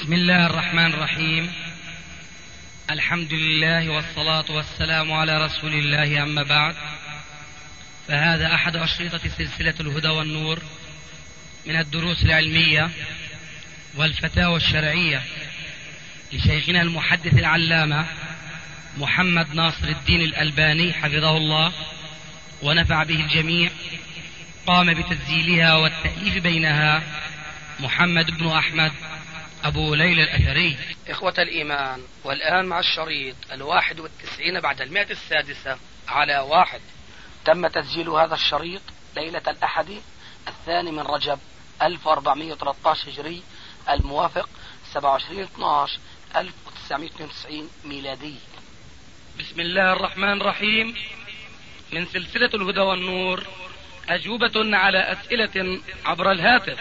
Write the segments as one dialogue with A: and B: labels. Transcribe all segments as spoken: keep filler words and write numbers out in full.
A: بسم الله الرحمن الرحيم. الحمد لله والصلاة والسلام على رسول الله، أما بعد، فهذا أحد أشرطة سلسلة الهدى والنور من الدروس العلمية والفتاوى الشرعية لشيخنا المحدث العلامة محمد ناصر الدين الألباني حفظه الله ونفع به الجميع. قام بتسجيلها والتأليف بينها محمد بن أحمد أبو ليلى الأثري.
B: إخوة الإيمان، والآن مع الشريط الواحد والتسعين بعد المئة السادسة على واحد. تم تسجيل هذا الشريط ليلة الأحد الثاني من رجب ألف وأربعمائة وثلاثة عشر هجري، الموافق سبعة وعشرين اثني عشر ألف وتسعمائة واثنين وتسعين ميلادي.
A: بسم الله الرحمن الرحيم. من سلسلة الهدى والنور، أجوبة على أسئلة عبر الهاتف.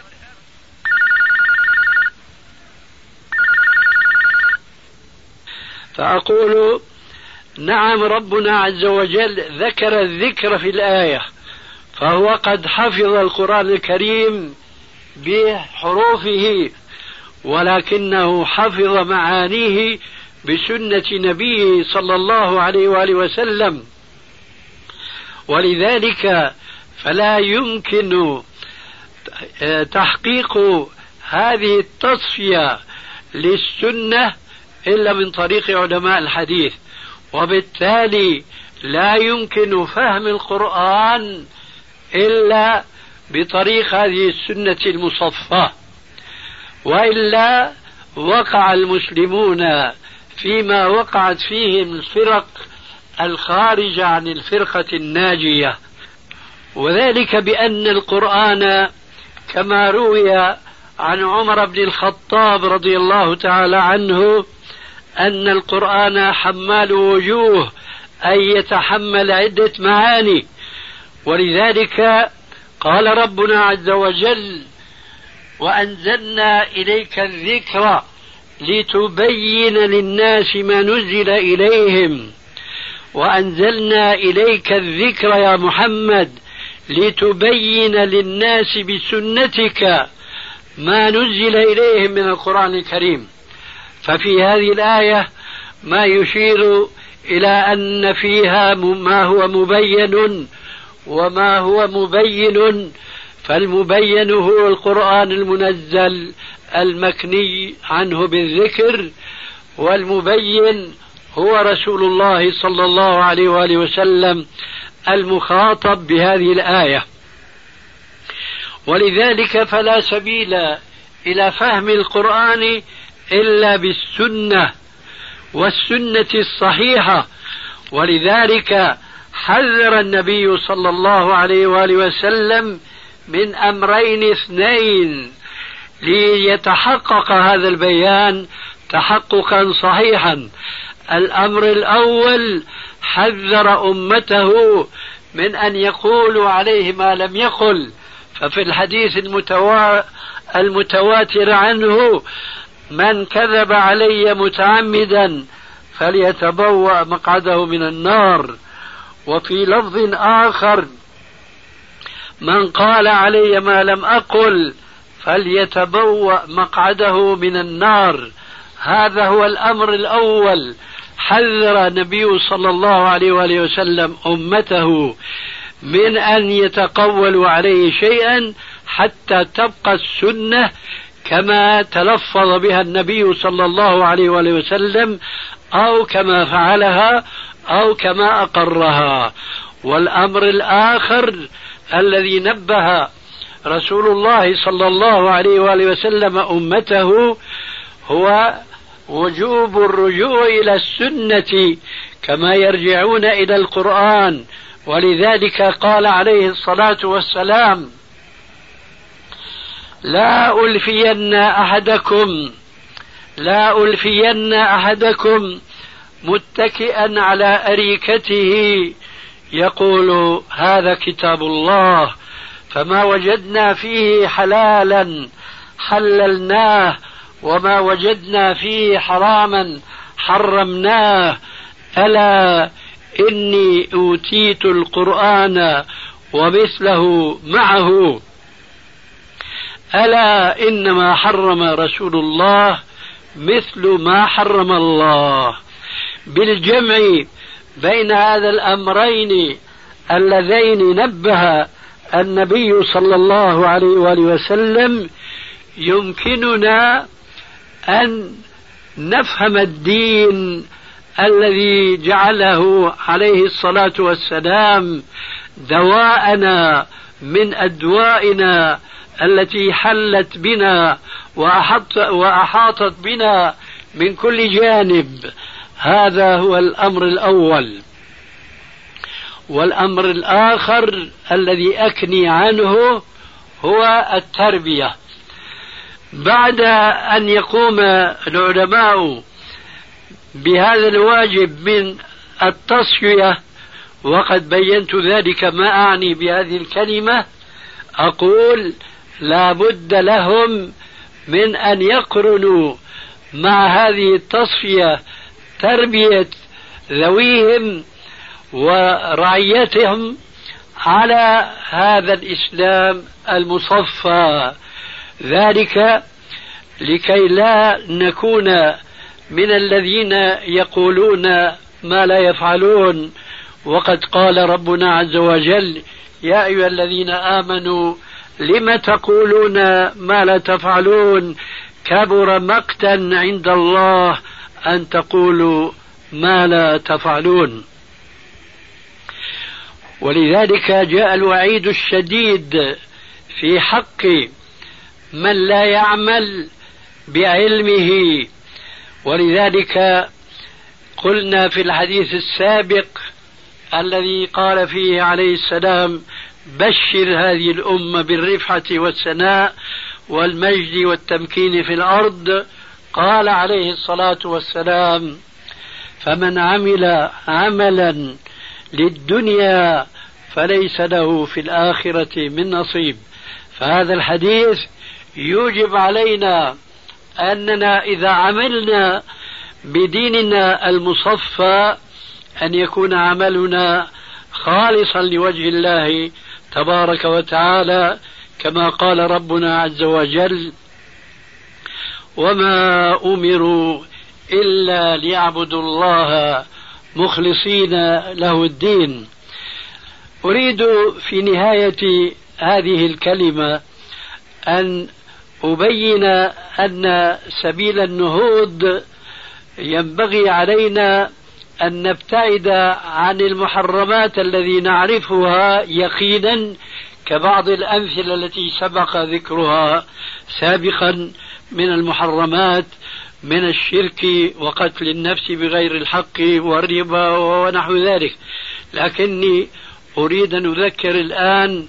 C: فأقول: نعم، ربنا عز وجل ذكر الذكر في الآية، فهو قد حفظ القرآن الكريم بحروفه، ولكنه حفظ معانيه بسنة نبيه صلى الله عليه وآله وسلم. ولذلك فلا يمكن تحقيق هذه التصفية للسنة إلا من طريق علماء الحديث، وبالتالي لا يمكن فهم القرآن إلا بطريق هذه السنة المصفاة، وإلا وقع المسلمون فيما وقعت فيهم الفرق الخارجة عن الفرقة الناجية، وذلك بأن القرآن كما روي عن عمر بن الخطاب رضي الله تعالى عنه أن القرآن حمال وجوه، أي يتحمل عدة معاني. ولذلك قال ربنا عز وجل: وأنزلنا إليك الذكر لتبين للناس ما نزل إليهم. وأنزلنا إليك الذكر يا محمد لتبين للناس بسنتك ما نزل إليهم من القرآن الكريم. ففي هذه الآية ما يشير إلى أن فيها ما هو مبين وما هو مبين، فالمبين هو القرآن المنزل المكني عنه بالذكر، والمبين هو رسول الله صلى الله عليه وآله وسلم المخاطب بهذه الآية. ولذلك فلا سبيل إلى فهم القرآن إلا بالسنة والسنة الصحيحة. ولذلك حذر النبي صلى الله عليه وآله وسلم من أمرين اثنين ليتحقق هذا البيان تحققا صحيحا. الأمر الأول: حذر أمته من أن يقولوا عليه ما لم يقل، ففي الحديث المتوا... المتواتر عنه: من كذب علي متعمدا فليتبوأ مقعده من النار. وفي لفظ آخر: من قال علي ما لم أقل فليتبوأ مقعده من النار. هذا هو الأمر الأول. حذر النبي صلى الله عليه وآله وسلم أمته من أن يتقولوا عليه شيئا حتى تبقى السنة كما تلفظ بها النبي صلى الله عليه وآله وسلم، أو كما فعلها، أو كما أقرها. والأمر الآخر الذي نبه رسول الله صلى الله عليه وآله وسلم أمته هو وجوب الرجوع إلى السنة كما يرجعون إلى القرآن. ولذلك قال عليه الصلاة والسلام: لا ألفين أحدكم لا ألفين أحدكم متكئا على أريكته يقول هذا كتاب الله، فما وجدنا فيه حلالا حللناه، وما وجدنا فيه حراما حرمناه. ألا إني أوتيت القرآن ومثله معه. ألا إنما حرم رسول الله مثل ما حرم الله. بالجمع بين هذا الأمرين اللذين نبه النبي صلى الله عليه وآله وسلم يمكننا أن نفهم الدين الذي جعله عليه الصلاة والسلام دواءنا من أدوائنا التي حلت بنا وأحط وأحاطت بنا من كل جانب. هذا هو الأمر الأول. والأمر الآخر الذي أكني عنه هو التربية. بعد أن يقوم العلماء بهذا الواجب من التصفية، وقد بينت ذلك ما أعني بهذه الكلمة، أقول لا بد لهم من أن يقرنوا مع هذه التصفية تربية ذويهم ورعيتهم على هذا الإسلام المصفى، ذلك لكي لا نكون من الذين يقولون ما لا يفعلون. وقد قال ربنا عز وجل: يا أيها الذين آمنوا لم تقولون ما لا تفعلون كبر مقتا عند الله أن تقولوا ما لا تفعلون. ولذلك جاء الوعيد الشديد في حق من لا يعمل بعلمه. ولذلك قلنا في الحديث السابق الذي قال فيه عليه السلام: بشر هذه الأمة بالرفعة والسناء والمجد والتمكين في الأرض. قال عليه الصلاة والسلام: فمن عمل عملا للدنيا فليس له في الآخرة من نصيب. فهذا الحديث يوجب علينا أننا إذا عملنا بديننا المصفى أن يكون عملنا خالصا لوجه الله تبارك وتعالى، كما قال ربنا عز وجل: وما أمروا إلا ليعبدوا الله مخلصين له الدين. أريد في نهاية هذه الكلمة أن أبين أن سبيل النهوض ينبغي علينا أن نبتعد عن المحرمات الذي نعرفها يقينا، كبعض الأمثلة التي سبق ذكرها سابقا من المحرمات من الشرك وقتل النفس بغير الحق والربا ونحو ذلك. لكني أريد أن أذكر الآن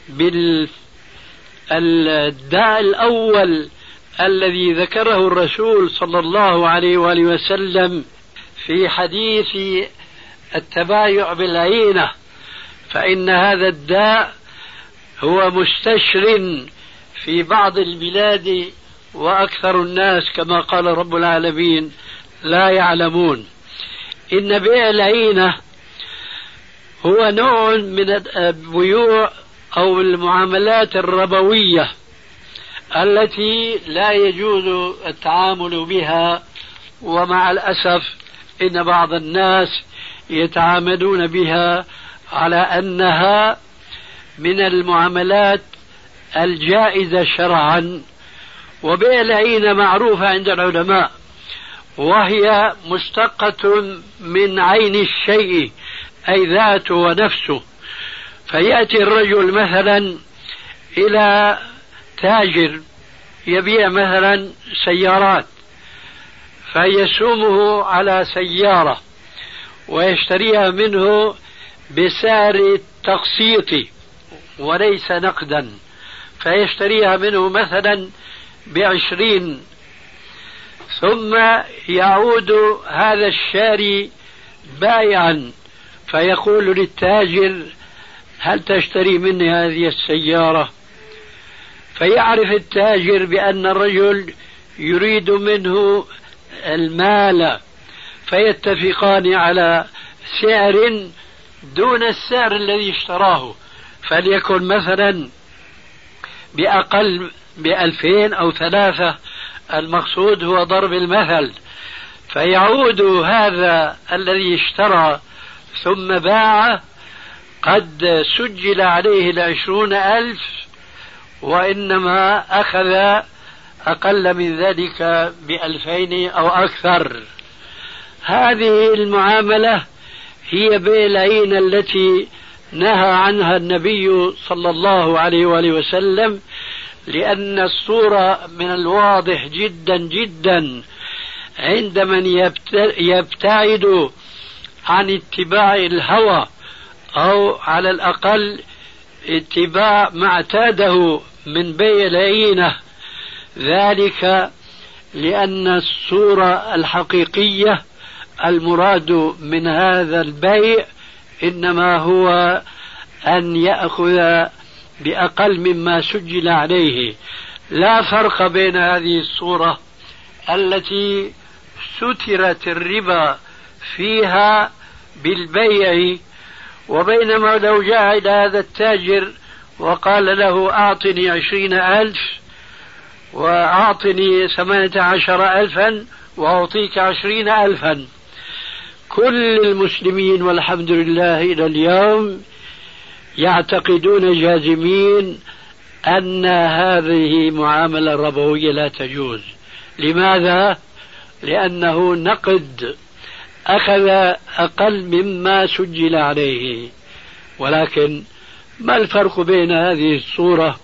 C: بالداء الأول الذي ذكره الرسول صلى الله عليه وآله وسلم في حديث التبايع بالعينة، فإن هذا الداء هو مستشر في بعض البلاد وأكثر الناس كما قال رب العالمين لا يعلمون. إن بيع العينة هو نوع من البيوع أو المعاملات الربوية التي لا يجوز التعامل بها، ومع الأسف إن بعض الناس يتعاملون بها على أنها من المعاملات الجائزة شرعا. وبيع العينة معروفة عند العلماء، وهي مشتقة من عين الشيء أي ذاته ونفسه. فيأتي الرجل مثلا إلى تاجر يبيع مثلا سيارات، فيسومه على سيارة ويشتريها منه بسعر التقسيط وليس نقدا، فيشتريها منه مثلا بعشرين، ثم يعود هذا الشاري بائعا فيقول للتاجر: هل تشتري مني هذه السيارة؟ فيعرف التاجر بأن الرجل يريد منه المال، فيتفقان على سعر دون السعر الذي اشتراه، فليكن مثلا بأقل بألفين أو ثلاثة، المقصود هو ضرب المثل. فيعود هذا الذي اشترى ثم باع قد سجل عليه العشرون ألف، وإنما أخذ أقل من ذلك بألفين أو أكثر. هذه المعاملة هي بيع العين التي نهى عنها النبي صلى الله عليه وآله وسلم، لأن الصورة من الواضح جدا جدا عند من يبتعد عن اتباع الهوى، أو على الأقل اتباع ما اعتاده من بيع العينة، ذلك لأن الصورة الحقيقية المراد من هذا البيع إنما هو أن يأخذ بأقل مما سجل عليه. لا فرق بين هذه الصورة التي سترت الربا فيها بالبيع، وبينما لو جاء إلى هذا التاجر وقال له أعطني عشرين ألف وأعطني ثمانية عشر ألفا وأعطيك عشرين ألفا، كل المسلمين والحمد لله إلى اليوم يعتقدون جازمين أن هذه معاملة ربوية لا تجوز. لماذا؟ لأنه نقد، أخذ أقل مما سجل عليه. ولكن ما الفرق بين هذه الصورة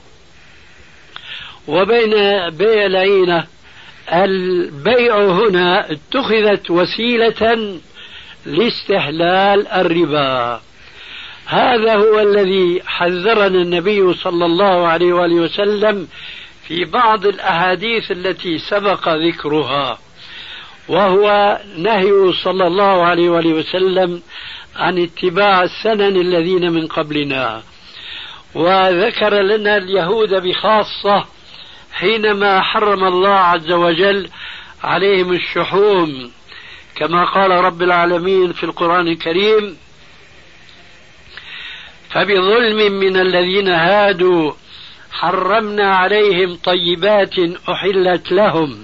C: وبين بيع العينة؟ البيع هنا اتخذت وسيلة لاستحلال الربا. هذا هو الذي حذرنا النبي صلى الله عليه وآله وسلم في بعض الأحاديث التي سبق ذكرها، وهو نهي صلى الله عليه وآله وسلم عن اتباع السنن الذين من قبلنا. وذكر لنا اليهود بخاصة حينما حرم الله عز وجل عليهم الشحوم، كما قال رب العالمين في القرآن الكريم: فبظلم من الذين هادوا حرمنا عليهم طيبات أحلت لهم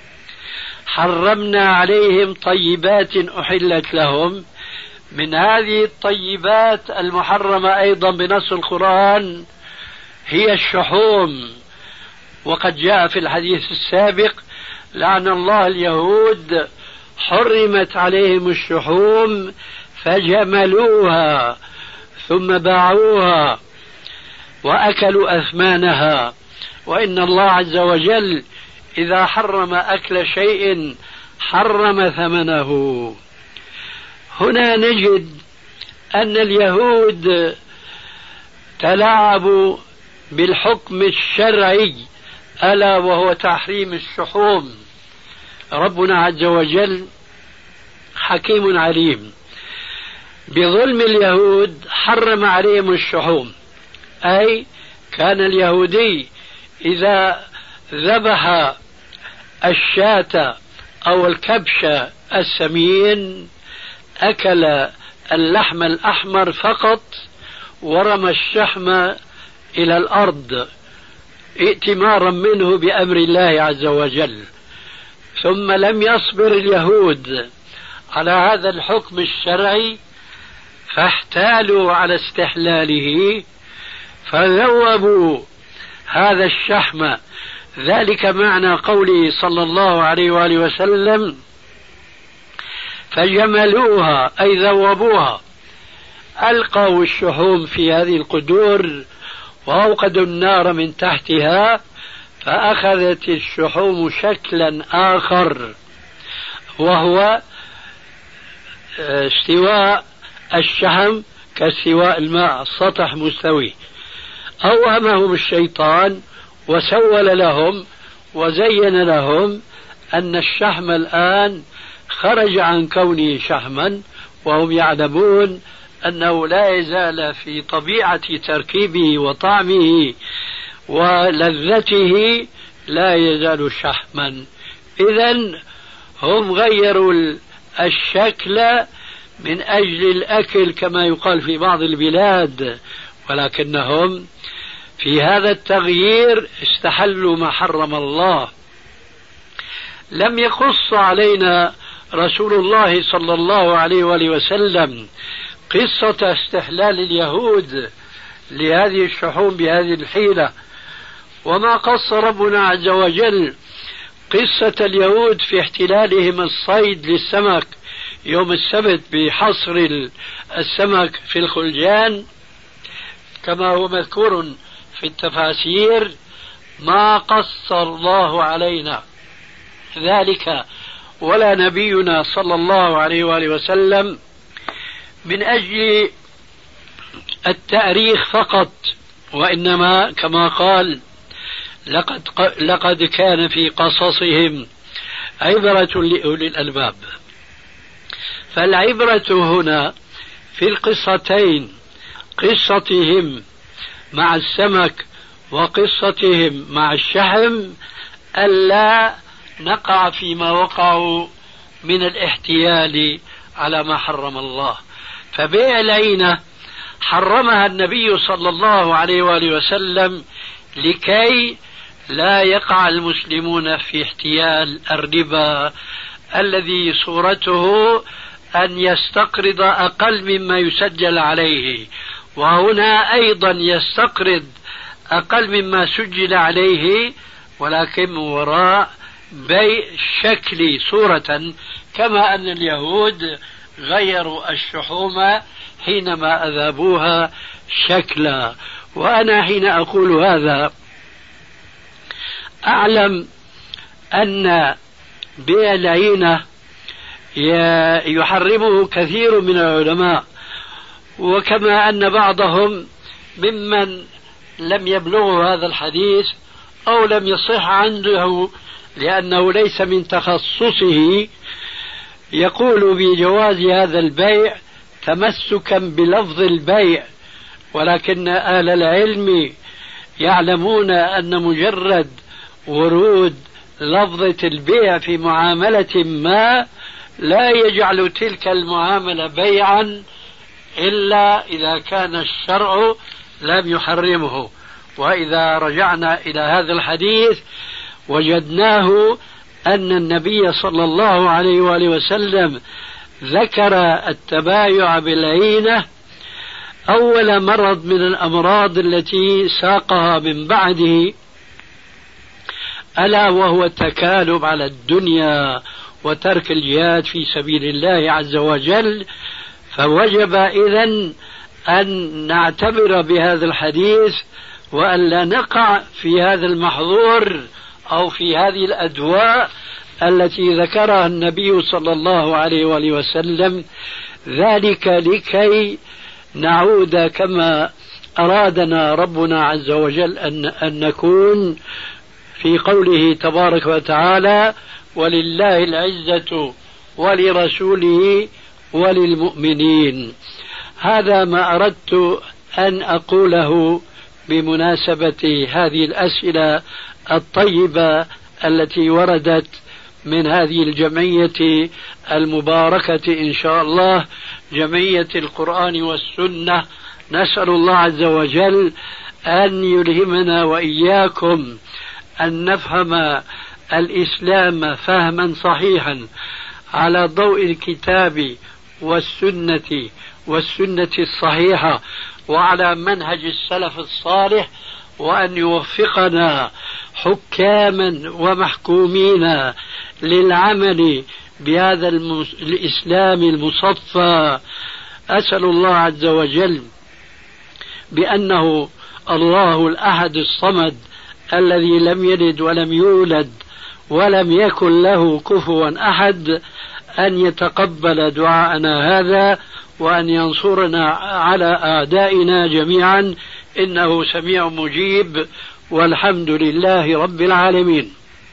C: حرمنا عليهم طيبات أحلت لهم. من هذه الطيبات المحرمة أيضا بنص القرآن هي الشحوم، وقد جاء في الحديث السابق: لعن الله اليهود حرمت عليهم الشحوم فجملوها ثم باعوها وأكلوا أثمانها. وإن الله عز وجل إذا حرم أكل شيء حرم ثمنه. هنا نجد أن اليهود تلاعبوا بالحكم الشرعي ألا وهو تحريم الشحوم. ربنا عز وجل حكيم عليم، بظلم اليهود حرم عليهم الشحوم، أي كان اليهودي إذا ذبح الشاة أو الكبش السمين أكل اللحم الأحمر فقط ورمى الشحم إلى الأرض ائتمارا منه بأمر الله عز وجل. ثم لم يصبر اليهود على هذا الحكم الشرعي فاحتالوا على استحلاله، فذوبوا هذا الشحم. ذلك معنى قوله صلى الله عليه وآله وسلم: فجملوها، أي ذوبوها. ألقوا الشحوم في هذه القدور وأوقدوا النار من تحتها، فأخذت الشحوم شكلا آخر، وهو استواء الشحم كاستواء الماء، السطح مستوي. أوهمهم الشيطان وسول لهم وزين لهم أن الشحم الآن خرج عن كونه شحما، وهم يعلمون أنه لا يزال في طبيعة تركيبه وطعمه ولذته لا يزال شحما. إذن هم غيروا الشكل من أجل الأكل كما يقال في بعض البلاد، ولكنهم في هذا التغيير استحلوا ما حرم الله. لم يقص علينا رسول الله صلى الله عليه وآله وسلم قصة استحلال اليهود لهذه الشحوم بهذه الحيلة، وما قص ربنا عز وجل قصة اليهود في احتلالهم الصيد للسمك يوم السبت بحصر السمك في الخلجان كما هو مذكور في التفاسير. ما قص الله علينا ذلك ولا نبينا صلى الله عليه وآله وسلم من أجل التأريخ فقط، وإنما كما قال لقد, لقد كان في قصصهم عبرة لأولي الألباب. فالعبرة هنا في القصتين، قصتهم مع السمك وقصتهم مع الشحم، ألا نقع فيما وقعوا من الاحتيال على ما حرم الله. فبيع العينة حرمها النبي صلى الله عليه وآله وسلم لكي لا يقع المسلمون في احتيال الربا الذي صورته أن يستقرض أقل مما يسجل عليه، وهنا أيضا يستقرض أقل مما سجل عليه، ولكن وراء بيع شكلي صورة، كما أن اليهود غيروا الشحوم حينما أذابوها شكلا. وأنا حين أقول هذا أعلم أن بيع العينة يحرمه كثير من العلماء، وكما أن بعضهم ممن لم يبلغوا هذا الحديث أو لم يصح عنده لأنه ليس من تخصصه يقول بجواز هذا البيع تمسكا بلفظ البيع، ولكن أهل العلم يعلمون أن مجرد ورود لفظة البيع في معاملة ما لا يجعل تلك المعاملة بيعا إلا إذا كان الشرع لم يحرمه. وإذا رجعنا إلى هذا الحديث وجدناه أن النبي صلى الله عليه وآله وسلم ذكر التبايع بالعينة أول مرض من الأمراض التي ساقها من بعده، ألا وهو التكالب على الدنيا وترك الجهاد في سبيل الله عز وجل. فوجب إذن أن نعتبر بهذا الحديث وأن لا نقع في هذا المحظور أو في هذه الأدواء التي ذكرها النبي صلى الله عليه وآله وسلم، ذلك لكي نعود كما أرادنا ربنا عز وجل أن, أن نكون في قوله تبارك وتعالى: ولله العزة ولرسوله وللمؤمنين. هذا ما أردت أن أقوله بمناسبة هذه الأسئلة الطيبة التي وردت من هذه الجمعية المباركة إن شاء الله، جمعية القرآن والسنة. نسأل الله عز وجل أن يلهمنا وإياكم أن نفهم الإسلام فهما صحيحا على ضوء الكتاب والسنة والسنة الصحيحة وعلى منهج السلف الصالح، وأن يوفقنا حكاما ومحكومين للعمل بهذا الإسلام المصفى. أسأل الله عز وجل بأنه الله الأحد الصمد الذي لم يلد ولم يولد ولم يكن له كفوا أحد أن يتقبل دعاءنا هذا وأن ينصرنا على أعدائنا جميعا، إنه سميع مجيب، والحمد لله رب العالمين.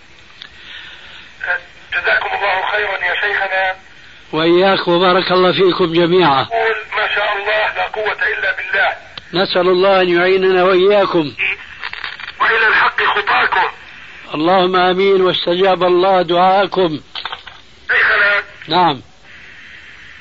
D: جزاكم الله خيرا يا شيخنا.
C: وإياكم وبارك الله فيكم جميعا.
D: قول ما شاء الله لا قوة إلا بالله.
C: نسأل الله أن يعيننا وإياكم
D: وإلى الحق خطاكم.
C: اللهم آمين، واستجاب الله دعاءكم.
D: شيخنا.
C: نعم.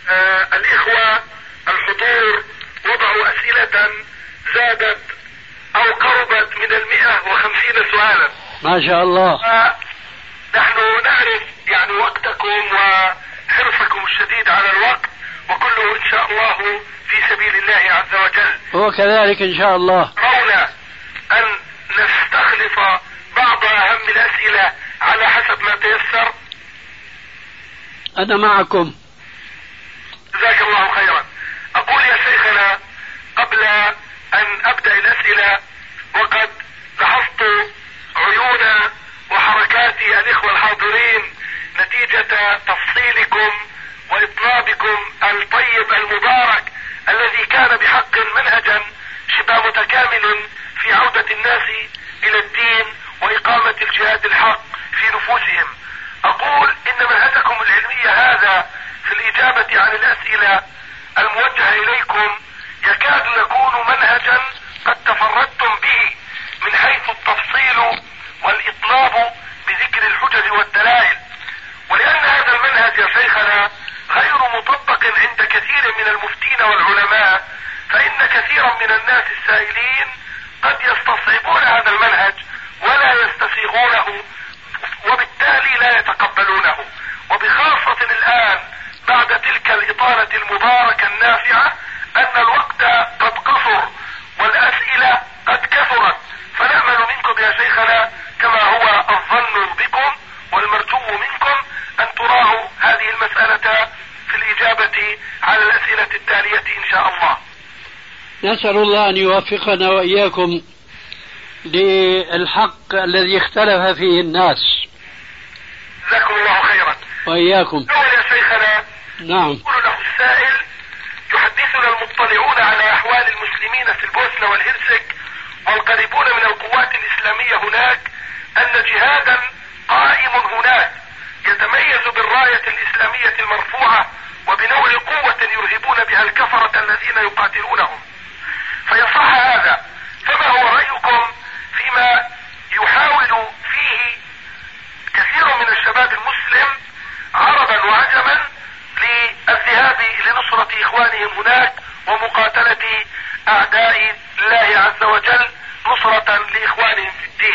D: آه الإخوة الحضور وضعوا أسئلة زادت او قربت من المئة وخمسين سؤالا.
C: ما شاء الله.
D: نحن نعرف يعني وقتكم وحرصكم الشديد على الوقت، وكله ان شاء الله في سبيل الله عز وجل.
C: وكذلك ان شاء الله.
D: رأونا ان نستخلص بعض اهم الاسئلة على حسب ما تيسر.
C: انا معكم.
D: جزاك الله خيرا. اقول يا شيخنا قبل ان ابدأ الاسئلة، وقد لاحظت عيون وحركات الاخوة الحاضرين نتيجة تفصيلكم واطنابكم الطيب المبارك الذي كان بحق منهجا شبه متكامل في عودة الناس الى الدين واقامة الجهاد الحق في نفوسهم. اقول ان منهجكم العلمي هذا في الاجابة عن الاسئلة الموجهة اليكم يكاد يكون منهجا قد تفردتم به من حيث التفصيل والاطناب بذكر الحجج والدلائل، ولان هذا المنهج يا شيخنا غير مطبق عند كثير من المفتين والعلماء، فان كثيرا من الناس السائلين قد يستصعبون هذا المنهج ولا يستسيغونه، وبالتالي لا يتقبلونه. وبخاصة الآن بعد تلك الإطالة المباركة النافعة أن الوقت قد قصر والأسئلة قد كثرت، فنأمل منكم يا شيخنا كما هو الظن بكم والمرجو منكم أن تراعوا هذه المسألة في الإجابة على الأسئلة التالية إن شاء الله.
C: نسأل الله أن يوفقنا وإياكم للحق الذي اختلف فيه الناس.
D: جزاكم الله خيرا.
C: وإياكم.
D: أول يا شيخنا.
C: نعم.
D: يقول له السائل: يحدثنا المطلعون على أحوال المسلمين في البوسنة والهرسك والقريبون من القوات الإسلامية هناك أن جهادا قائم هناك يتميز بالراية الإسلامية المرفوعة وبنوع قوة يرهبون بها الكفرة الذين يقاتلونهم، فيصح هذا؟ فما هو رأيكم فيما يحاول فيه كثير من الشباب المسلم عربا وعجما للذهاب لنصرة إخوانهم هناك ومقاتلة أعداء الله عز وجل نصرة لإخوانهم في الدين؟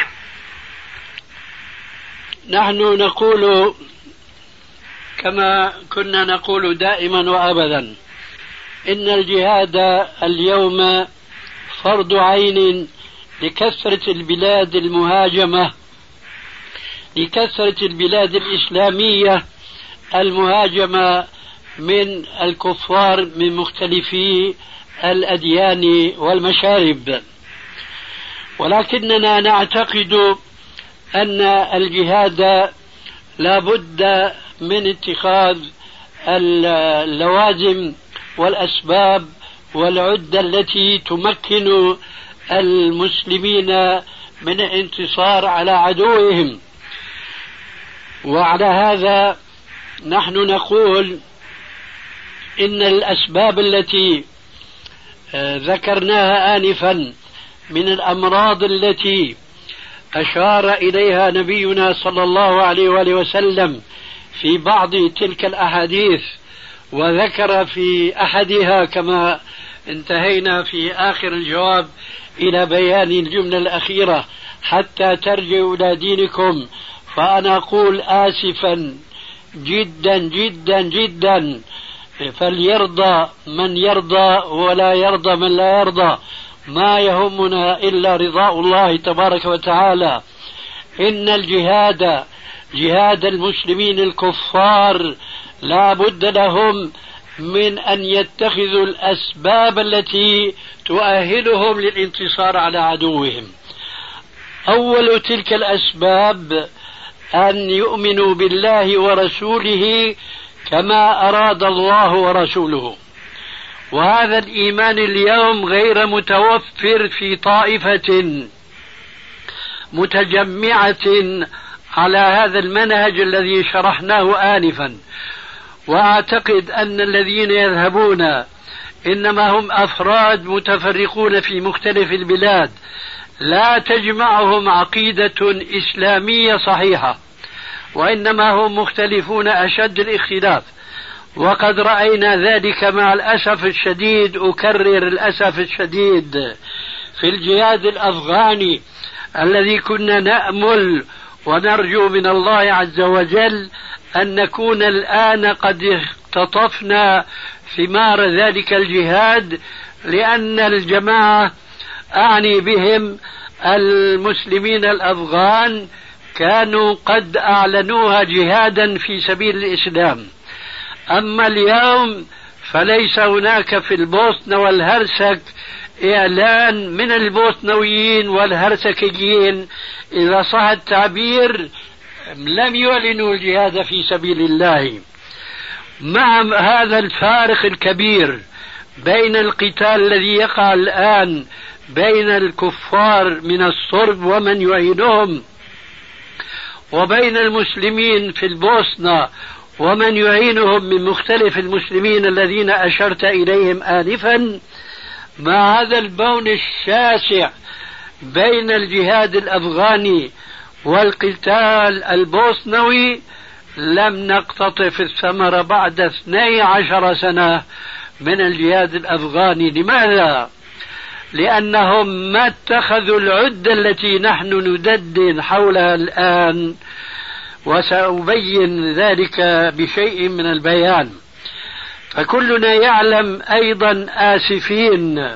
C: نحن نقول كما كنا نقول دائما وأبدا إن الجهاد اليوم فرض عين لكثرة البلاد المهاجمة، لكثرة البلاد الإسلامية المهاجمة من الكفار من مختلفي الأديان والمشارب. ولكننا نعتقد أن الجهاد لا بد من اتخاذ اللوازم والأسباب والعدة التي تمكن المسلمين من الانتصار على عدوهم. وعلى هذا نحن نقول إن الأسباب التي ذكرناها آنفا من الأمراض التي أشار إليها نبينا صلى الله عليه وآله وسلم في بعض تلك الأحاديث، وذكر في أحدها كما انتهينا في آخر الجواب إلى بيان الجملة الأخيرة: حتى ترجعوا إلى دينكم. فأنا أقول آسفا جدا جدا جدا، فليرضى من يرضى ولا يرضى من لا يرضى، ما يهمنا إلا رضاء الله تبارك وتعالى. إن الجهاد جهاد المسلمين الكفار لا بد لهم من أن يتخذوا الأسباب التي تؤهلهم للانتصار على عدوهم. أول تلك الأسباب أن يؤمنوا بالله ورسوله كما أراد الله ورسوله، وهذا الإيمان اليوم غير متوفر في طائفة متجمعة على هذا المنهج الذي شرحناه آنفا. وأعتقد أن الذين يذهبون إنما هم أفراد متفرقون في مختلف البلاد، لا تجمعهم عقيدة إسلامية صحيحة، وإنما هم مختلفون أشد الاختلاف. وقد رأينا ذلك مع الأسف الشديد، أكرر الأسف الشديد، في الجهاد الأفغاني الذي كنا نأمل ونرجو من الله عز وجل أن نكون الآن قد اختطفنا ثمار ذلك الجهاد، لأن الجماعة أعني بهم المسلمين الأفغان كانوا قد أعلنوها جهادا في سبيل الإسلام. أما اليوم فليس هناك في البوسنة والهرسك إعلان من البوسنويين والهرسكيين، إذا صح التعبير لم يعلنوا الجهاد في سبيل الله. مع هذا الفارق الكبير بين القتال الذي يقع الآن بين الكفار من الصرب ومن يعينهم وبين المسلمين في البوسنة ومن يعينهم من مختلف المسلمين الذين أشرت إليهم آنفا، مع هذا البون الشاسع بين الجهاد الأفغاني والقتال البوسنوي، لم نقتطف الثمرة بعد اثني عشر سنة من الجهاد الأفغاني. لماذا؟ لأنهم ما اتخذوا العدة التي نحن ندندن حولها الآن، وسأبين ذلك بشيء من البيان. فكلنا يعلم أيضا آسفين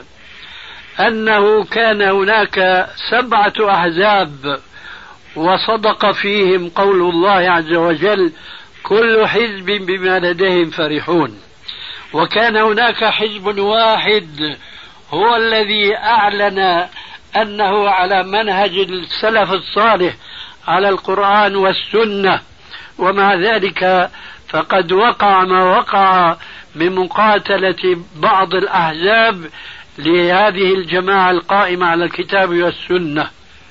C: أنه كان هناك سبعة أحزاب وصدق فيهم قول الله عز وجل كل حزب بما لديهم فرحون، وكان هناك حزب واحد هو الذي أعلن أنه على منهج السلف الصالح على القرآن والسنة، ومع ذلك فقد وقع ما وقع من مقاتلة بعض الأحزاب لهذه الجماعة القائمة على الكتاب والسنة.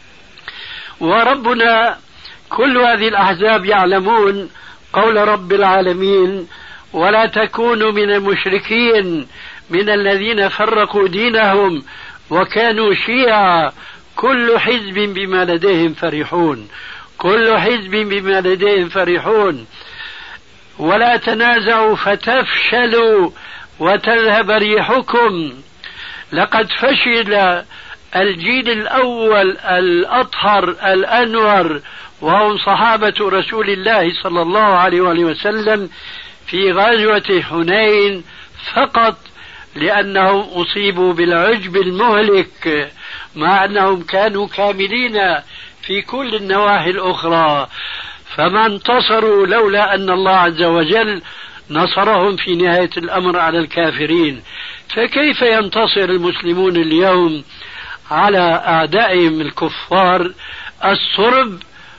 C: وربنا كل هذه الأحزاب يعلمون قول رب العالمين ولا تكونوا من المشركين من الذين فرقوا دينهم وكانوا شيعا كل حزب بما لديهم فرحون، كل حزب بما لديهم فرحون ولا تنازعوا فتفشلوا وتذهب ريحكم. لقد فشل الجيل الأول الأطهر الأنور وهم صحابة رسول الله صلى الله عليه وسلم في غزوة حنين فقط لأنهم أصيبوا بالعجب المهلك، مع أنهم كانوا كاملين في كل النواحي الأخرى، فما انتصروا لولا أن الله عز وجل نصرهم في نهاية الأمر على الكافرين. فكيف ينتصر المسلمون اليوم على أعدائهم الكفار الصرب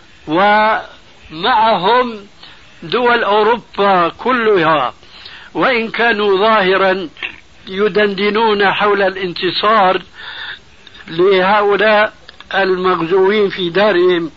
C: ومعهم دول أوروبا كلها، وإن كانوا ظاهرا يدندنون حول الانتصار لهؤلاء المغزوين في دارهم.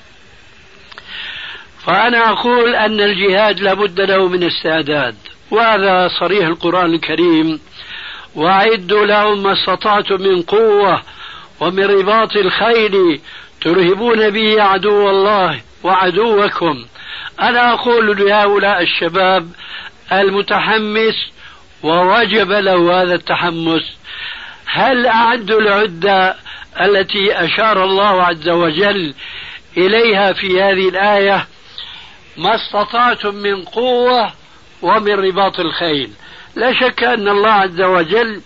C: فأنا أقول أن الجهاد لابد له من استعداد، وهذا صريح القرآن الكريم وأعدوا لهم ما استطعتم من قوة ومن رباط الخيل ترهبون به عدو الله وعدوكم. أنا أقول لهؤلاء الشباب المتحمس ووجب له هذا التحمس، هل أعدوا العدة التي أشار الله عز وجل إليها في هذه الآية؟ ما استطعتم من قوة ومن رباط الخيل. لا شك أن الله عز وجل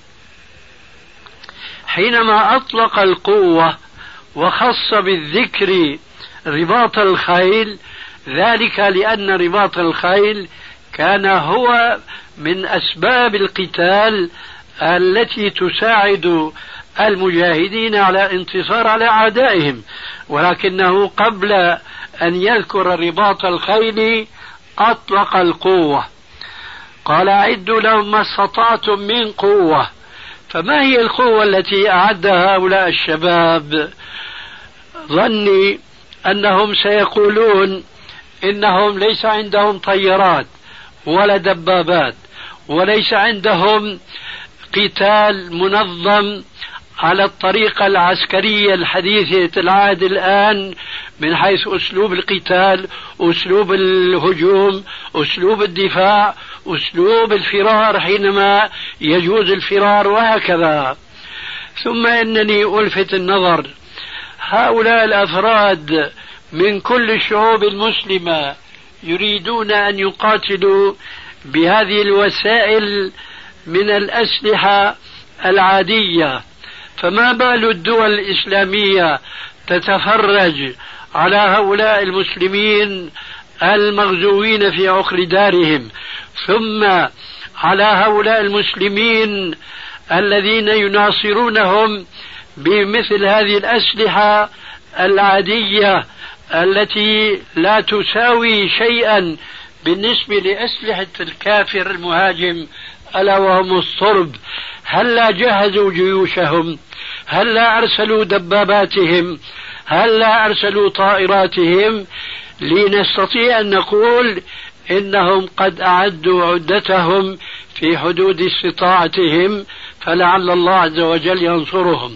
C: حينما أطلق القوة وخص بالذكر رباط الخيل ذلك لأن رباط الخيل كان هو من أسباب القتال التي تساعد المجاهدين على انتصار على أعدائهم، ولكنه قبل أن يذكر رباط الخيل أطلق القوة، قال أعدوا لهم ما استطعتم من قوة. فما هي القوة التي أعدها هؤلاء الشباب؟ ظني أنهم سيقولون إنهم ليس عندهم طيارات ولا دبابات وليس عندهم قتال منظم على الطريقة العسكرية الحديثة العهد الآن من حيث أسلوب القتال، أسلوب الهجوم، أسلوب الدفاع، أسلوب الفرار حينما يجوز الفرار، وهكذا. ثم إنني ألفت النظر، هؤلاء الأفراد من كل الشعوب المسلمة يريدون أن يقاتلوا بهذه الوسائل من الأسلحة العادية، فما بال الدول الإسلامية تتفرج على هؤلاء المسلمين المغزوين في عقر دارهم، ثم على هؤلاء المسلمين الذين يناصرونهم بمثل هذه الأسلحة العادية التي لا تساوي شيئا بالنسبة لأسلحة الكافر المهاجم ألا وهم الصرب. هلا جهزوا جيوشهم؟ هلا أرسلوا دباباتهم؟ هلا أرسلوا طائراتهم؟ لنستطيع أن نقول إنهم قد أعدوا عدتهم في حدود استطاعتهم، فلعل الله عز وجل ينصرهم.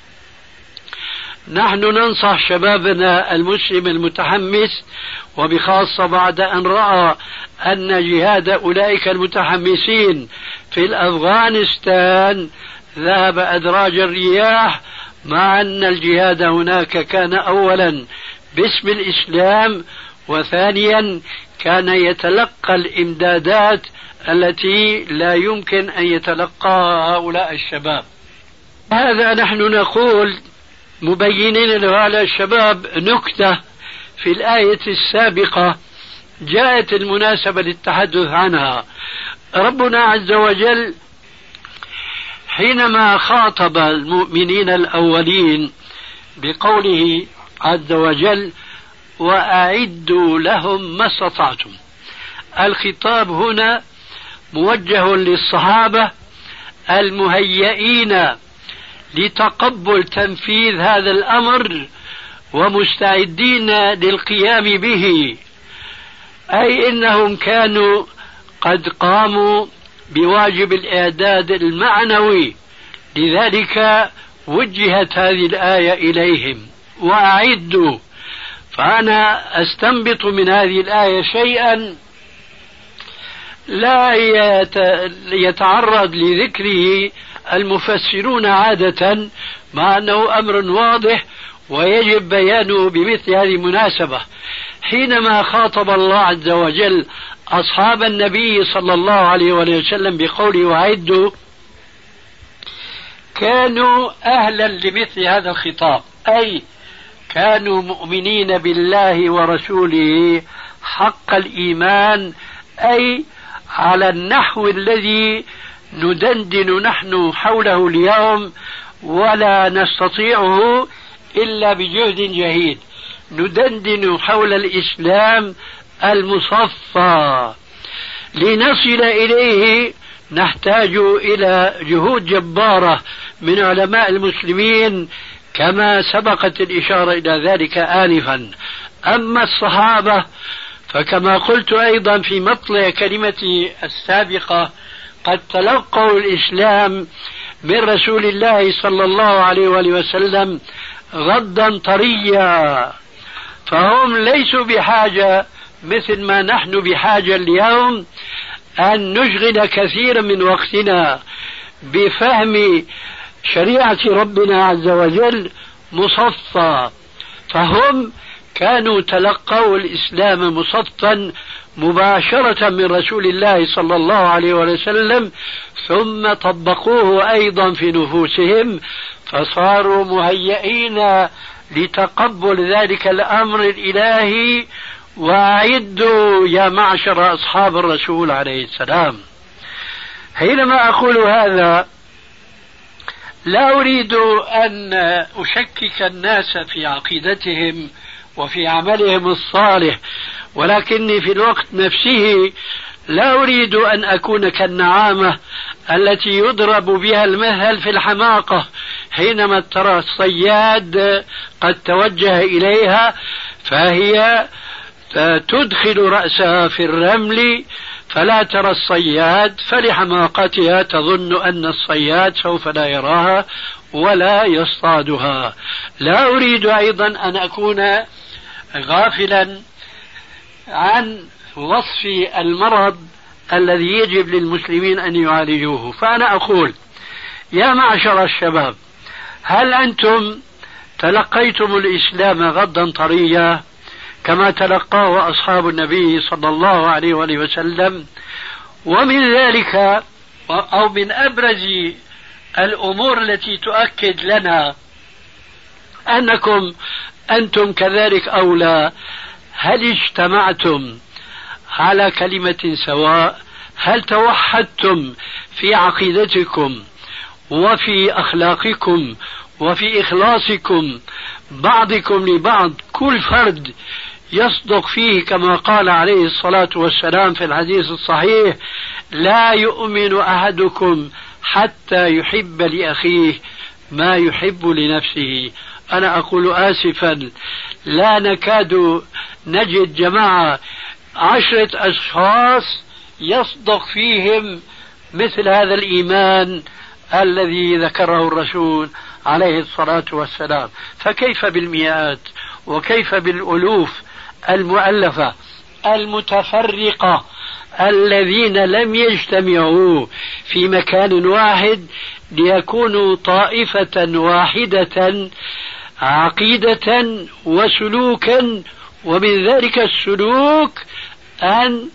C: نحن ننصح شبابنا المسلم المتحمس، وبخاصة بعد أن رأى أن جهاد أولئك المتحمسين في الأفغانستان ذهب أدراج الرياح، مع أن الجهاد هناك كان أولا باسم الإسلام، وثانيا كان يتلقى الإمدادات التي لا يمكن أن يتلقاها هؤلاء الشباب. هذا نحن نقول مبينين لهؤلاء الشباب نكتة في الآية السابقة جاءت المناسبة للتحدث عنها. ربنا عز وجل حينما خاطب المؤمنين الأولين بقوله عز وجل وأعدوا لهم ما استطعتم، الخطاب هنا موجه للصحابة المهيئين لتقبل تنفيذ هذا الأمر ومستعدين للقيام به، أي إنهم كانوا قد قاموا بواجب الإعداد المعنوي، لذلك وجهت هذه الآية إليهم وأعدوا. فأنا أستنبط من هذه الآية شيئا لا يتعرض لذكره المفسرون عادة، مع أنه أمر واضح ويجب بيانه بمثل هذه المناسبة. حينما خاطب الله عز وجل أصحاب النبي صلى الله عليه وسلم بقوله وأعدوا، كانوا أهلا لمثل هذا الخطاب، أي كانوا مؤمنين بالله ورسوله حق الإيمان، أي على النحو الذي ندندن نحن حوله اليوم ولا نستطيعه إلا بجهد جهيد. ندندن حول الإسلام المصفى، لنصل إليه نحتاج إلى جهود جبارة من علماء المسلمين كما سبقت الإشارة إلى ذلك آنفا. أما الصحابة فكما قلت أيضا في مطلع كلمتي السابقة قد تلقوا الإسلام من رسول الله صلى الله عليه وآله وسلم غدا طريا، فهم ليسوا بحاجة مثل ما نحن بحاجة اليوم أن نشغل كثيرا من وقتنا بفهم شريعة ربنا عز وجل مصفى، فهم كانوا تلقوا الإسلام مصفا مباشرة من رسول الله صلى الله عليه وسلم، ثم طبقوه أيضا في نفوسهم فصاروا مهيئين لتقبل ذلك الأمر الإلهي. وأعدوا يا معشر أصحاب الرسول عليه السلام. حينما أقول هذا لا أريد أن أشكك الناس في عقيدتهم وفي عملهم الصالح، ولكني في الوقت نفسه لا أريد أن أكون كالنعامة التي يضرب بها المثل في الحماقة، حينما ترى الصياد قد توجه إليها فهي تدخل رأسها في الرمل فلا ترى الصياد، فلحماقتها تظن أن الصياد سوف لا يراها ولا يصطادها. لا أريد أيضا أن أكون غافلا عن وصف المرض الذي يجب للمسلمين أن يعالجوه. فأنا أقول يا معشر الشباب، هل أنتم تلقيتم الإسلام غضا طريا كما تلقاه أصحاب النبي صلى الله عليه وآله وسلم؟ ومن ذلك أو من أبرز الأمور التي تؤكد لنا أنكم أنتم كذلك أو لا، هل اجتمعتم على كلمة سواء؟ هل توحدتم في عقيدتكم وفي أخلاقكم وفي إخلاصكم بعضكم لبعض، كل فرد يصدق فيه كما قال عليه الصلاة والسلام في الحديث الصحيح: لا يؤمن أحدكم حتى يحب لأخيه ما يحب لنفسه. أنا أقول آسفا، لا نكاد نجد جماعة عشرة أشخاص يصدق فيهم مثل هذا الإيمان الذي ذكره الرسول عليه الصلاة والسلام، فكيف بالمئات وكيف بالألوف المؤلفة المتفرقة الذين لم يجتمعوا في مكان واحد ليكونوا طائفة واحدة عقيدة وسلوكا، ومن ذلك السلوك أن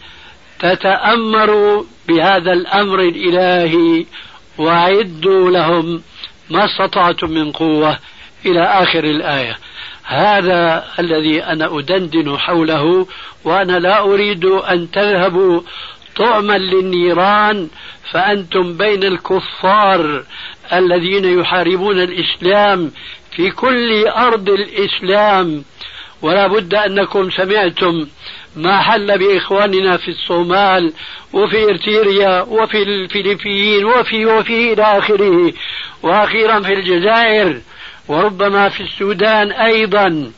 C: تتأمروا بهذا الأمر الإلهي: وأعدوا لهم ما استطعتم من قوة إلى آخر الآية. هذا الذي أنا أدندن حوله، وأنا لا أريد أن تذهبوا طعما للنيران، فأنتم بين الكفار الذين يحاربون الإسلام في كل أرض الإسلام. ولا بد أنكم سمعتم ما حل بإخواننا في الصومال وفي إرتريا وفي الفلبين وفي وفي إلى آخره، وأخيرا في الجزائر، وربما في السودان أيضا.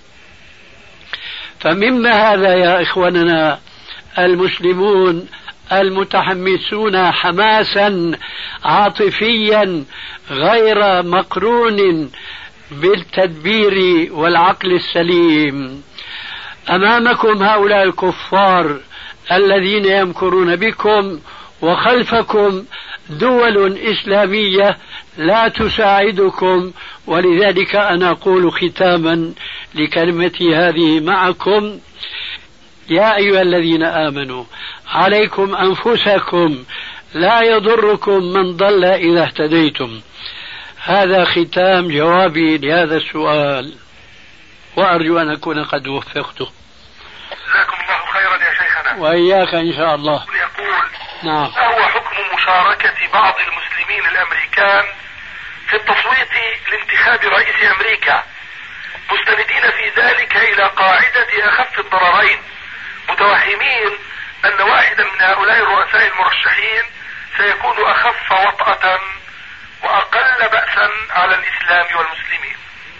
C: فمما هذا يا إخواننا المسلمون المتحمسون حماسا عاطفيا غير مقرون بالتدبير والعقل السليم، أمامكم هؤلاء الكفار الذين يمكرون بكم، وخلفكم دول إسلامية لا تساعدكم. ولذلك أنا أقول ختاما لكلمتي هذه معكم: يا أيها الذين آمنوا عليكم أنفسكم لا يضركم من ضل إذا اهتديتم. هذا ختام جوابي لهذا السؤال، وأرجو أن أكون قد وفقته.
D: جزاكم الله خيرا يا شيخنا.
C: وإياك إن شاء الله.
D: يقول:
C: نعم.
D: ما هو حكم مشاركة بعض المسلمين الأمريكان في التصويت لانتخاب رئيس أمريكا، مستندين في ذلك إلى قاعدة أخف الضررين، متوهمين أن واحدا من هؤلاء الرؤساء المرشحين سيكون أخف وطأة وأقل بأسا على الإسلام والمسلمين؟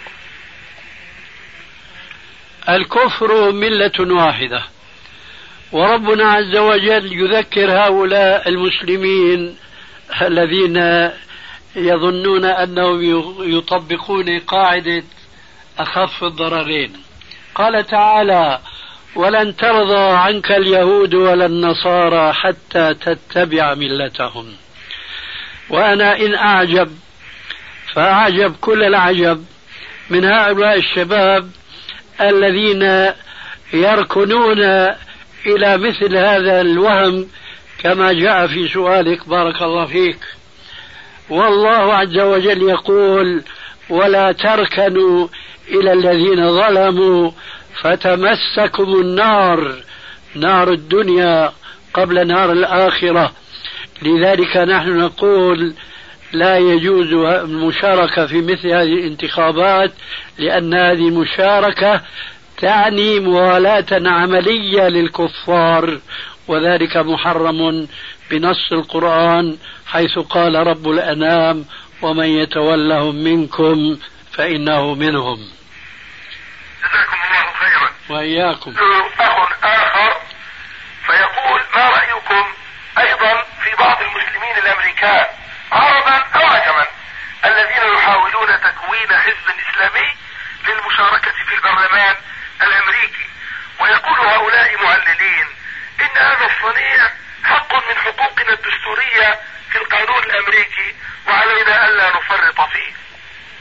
C: الكفر ملة واحدة، وربنا عز وجل يذكر هؤلاء المسلمين الذين يظنون أنهم يطبقون قاعدة أخف الضررين. قال تعالى: ولن ترضى عنك اليهود ولا النصارى حتى تتبع ملتهم. وأنا إن أعجب فأعجب كل العجب من هؤلاء الشباب الذين يركنون إلى مثل هذا الوهم كما جاء في سؤالك بارك الله فيك. والله عز وجل يقول: ولا تركنوا إلى الذين ظلموا فتمسكم النار، نار الدنيا قبل نار الآخرة. لذلك نحن نقول لا يجوز المشاركة في مثل هذه الانتخابات، لأن هذه المشاركة تعني موالاة عملية للكفار، وذلك محرم بنص القرآن حيث قال رب الأنام: ومن يتولهم منكم فإنه منهم.
D: جزاكم الله خيرا.
C: وإياكم.
D: أخ آخر فيقول: ما رأيكم أيضا في بعض المسلمين الأمريكان عربا أو عجما الذين يحاولون تكوين حزب إسلامي للمشاركة في البرلمان الأمريكي؟ ويقول هؤلاء معللين إن هذا الصنيع حق من حقوقنا الدستورية في القانون الأمريكي، وعلينا ألا نفرط فيه.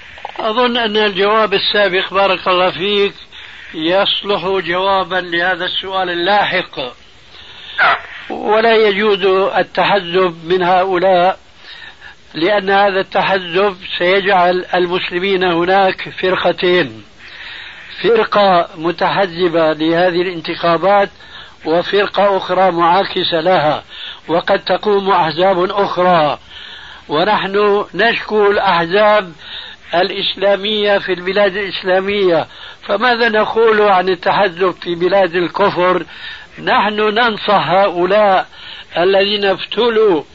C: أظن أن الجواب السابق بارك الله فيك يصلح جوابا لهذا السؤال اللاحق، ولا يجوز التحزب من هؤلاء، لأن هذا التحزب سيجعل المسلمين هناك فرقتين: فرقة متحزبة لهذه الانتخابات وفرقة أخرى معاكسة لها، وقد تقوم أحزاب أخرى، ونحن نشكو الأحزاب الإسلامية في البلاد الإسلامية، فماذا نقول عن التحزب في بلاد الكفر؟ نحن ننصح هؤلاء الذين ابتلوا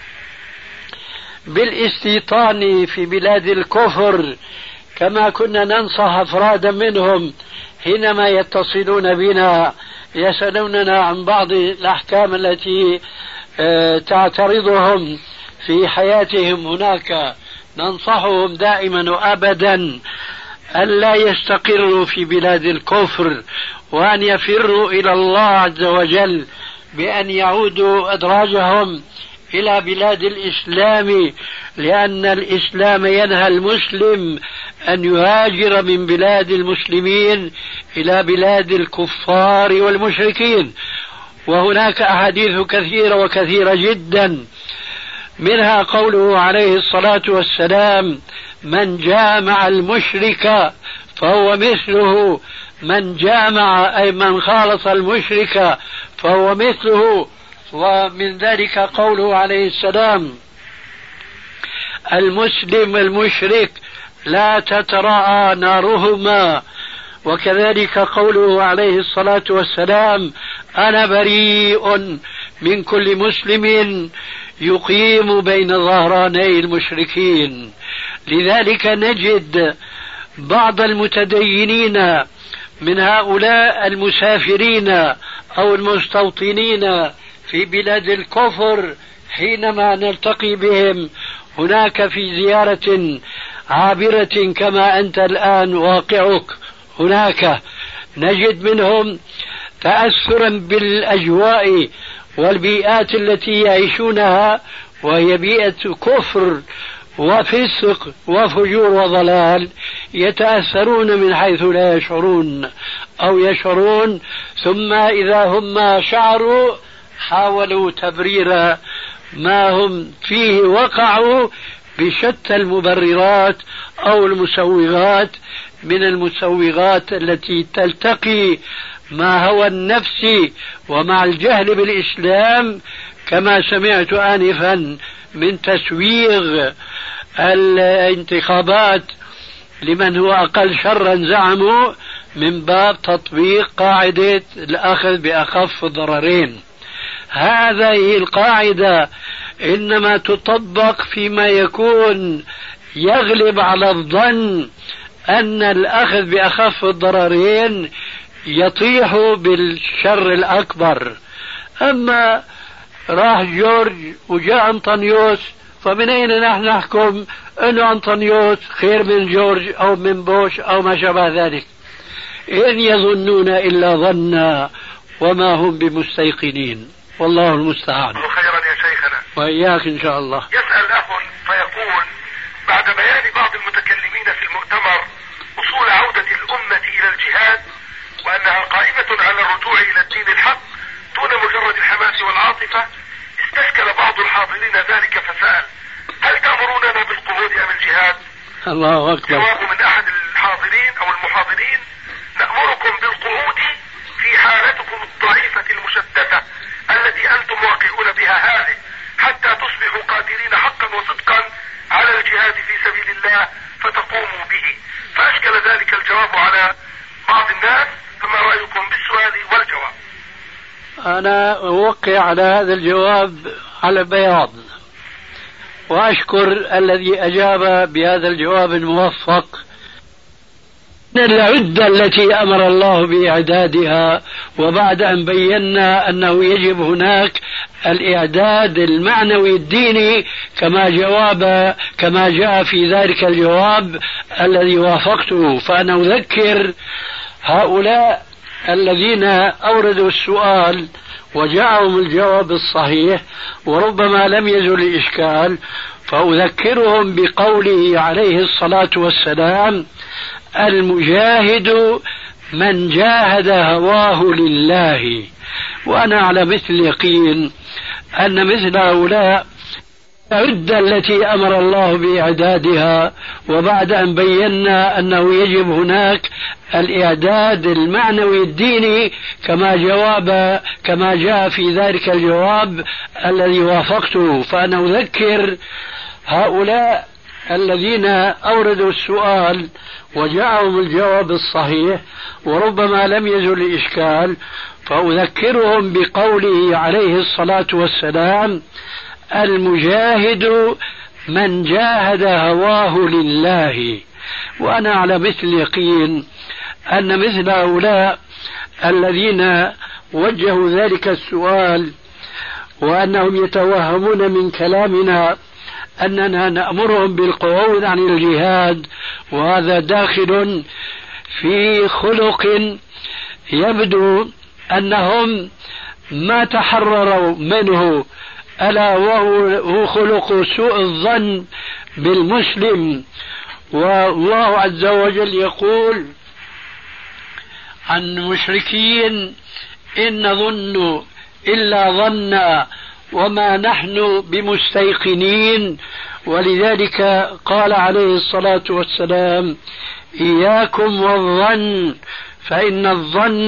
C: بالاستيطان في بلاد الكفر كما كنا ننصح أفرادا منهم حينما يتصلون بنا يسألوننا عن بعض الأحكام التي تعترضهم في حياتهم هناك. ننصحهم دائما وأبدا ألا يستقروا في بلاد الكفر، وأن يفروا إلى الله عز وجل بأن يعودوا أدراجهم إلى بلاد الإسلام، لأن الإسلام ينهى المسلم أن يهاجر من بلاد المسلمين إلى بلاد الكفار والمشركين. وهناك أحاديث كثيرة وكثيرة جدا، منها قوله عليه الصلاة والسلام: من جامع المشرك فهو مثله، من جامع أي من خالط المشرك فهو مثله. ومن ذلك قوله عليه السلام: المسلم المشرك لا تتراءى نارهما. وكذلك قوله عليه الصلاة والسلام: أنا بريء من كل مسلم يقيم بين ظهراني المشركين. لذلك نجد بعض المتدينين من هؤلاء المسافرين أو المستوطنين في بلاد الكفر حينما نلتقي بهم هناك في زيارة عابرة كما أنت الآن واقعك هناك، نجد منهم تأثرا بالأجواء والبيئات التي يعيشونها، وهي بيئة كفر وفسق وفجور وضلال، يتأثرون من حيث لا يشعرون أو يشعرون، ثم إذا هم شعروا حاولوا تبرير ما هم فيه، وقعوا بشتى المبررات أو المسوغات من المسوغات التي تلتقي مع هوى النفس ومع الجهل بالإسلام، كما سمعت آنفا من تسويغ الانتخابات لمن هو أقل شرا زعموا من باب تطبيق قاعدة الأخذ بأخف الضررين. هذه القاعدة إنما تطبق فيما يكون يغلب على الظن أن الأخذ بأخف الضررين يطيح بالشر الأكبر. أما راح جورج وجاء أنطونيوس، فمن أين نحن نحكم أن أنطونيوس خير من جورج أو من بوش أو ما شابه ذلك؟ إن يظنون إلا ظنا وما هم بمستيقنين، والله المستعان.
D: خيرا يا شيخنا
C: وإياك إن شاء الله.
D: يسأل أخ فيقول: بعد بيان بعض المتكلمين في المؤتمر وصول عودة الأمة إلى الجهاد وأنها قائمة على الرجوع إلى الدين الحق دون مجرد الحماس والعاطفة، استشكل بعض الحاضرين ذلك فسأل: هل تأمروننا بالقعود أم الجهاد؟
C: الله أكبر.
D: جواب من أحد الحاضرين أو المحاضرين: نأمركم بالقعود في حالتكم الضعيفة المشتتة التي أنتم واقعون بها هذه، حتى تصبحوا قادرين حقا وصدقا على الجهاد في سبيل الله فتقوموا به. فأشكل ذلك الجواب على بعض الناس، فما رأيكم بالسؤال والجواب؟
C: أنا أوقع على هذا الجواب على بياض، وأشكر الذي أجاب بهذا الجواب الموفق. العدة التي أمر الله بإعدادها، وبعد أن بينا أنه يجب هناك الإعداد المعنوي الديني كما جواب كما جاء في ذلك الجواب الذي وافقته، فأنا أذكر هؤلاء الذين أوردوا السؤال وجاءهم الجواب الصحيح وربما لم يزل الإشكال، فأذكرهم بقوله عليه الصلاة والسلام: المجاهد من جاهد هواه لله. وأنا على مثل يقين أن مثل هؤلاء العدة التي أمر الله بإعدادها، وبعد أن بينا أنه يجب هناك الإعداد المعنوي الديني كما جواب كما جاء في ذلك الجواب الذي وافقته، فأنا أذكر هؤلاء الذين أوردوا السؤال وجاءهم الجواب الصحيح وربما لم يزل الإشكال، فأذكرهم بقوله عليه الصلاة والسلام: المجاهد من جاهد هواه لله. وأنا على مثل يقين أن مثل هؤلاء الذين وجهوا ذلك السؤال وأنهم يتوهمون من كلامنا أننا نأمرهم بالقعود عن الجهاد، وهذا داخل في خلق يبدو أنهم ما تحرروا منه، ألا وهو خلق سوء الظن بالمسلم. والله عز وجل يقول عن المشركين: إن نظن إلا ظنا وما نحن بمستيقنين. ولذلك قال عليه الصلاة والسلام: إياكم والظن فإن الظن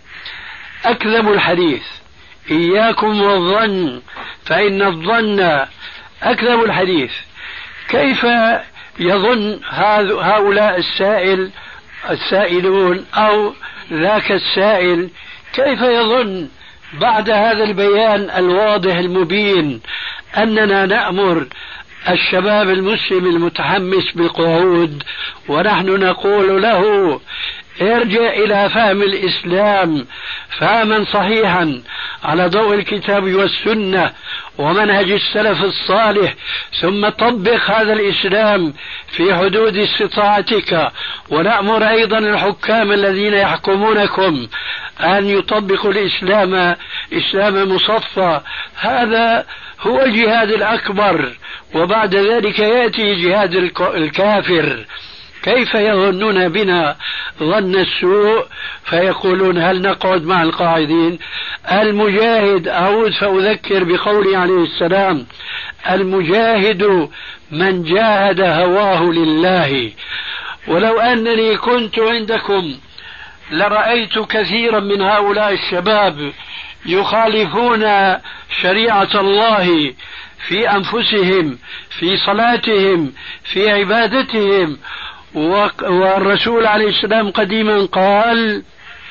C: أكذب الحديث. إياكم والظن فإن الظن أكذب الحديث. كيف يظن هؤلاء السائل السائلون أو ذاك السائل، كيف يظن بعد هذا البيان الواضح المبين أننا نأمر الشباب المسلم المتحمس بالقعود، ونحن نقول له: ارجع إلى فهم الإسلام فهما صحيحا على ضوء الكتاب والسنة ومنهج السلف الصالح، ثم طبق هذا الإسلام في حدود استطاعتك. ونأمر أيضا الحكام الذين يحكمونكم أن يطبقوا الإسلام إسلام مصفى. هذا هو الجهاد الأكبر، وبعد ذلك يأتي جهاد الكافر. كيف يظنون بنا ظن السوء فيقولون: هل نقعد مع القاعدين؟ المجاهد، أعود فأذكر بقول عليه السلام: المجاهد من جاهد هواه لله. ولو أنني كنت عندكم لرأيت كثيرا من هؤلاء الشباب يخالفون شريعة الله في أنفسهم، في صلاتهم، في عبادتهم. والرسول عليه السلام قديما قال: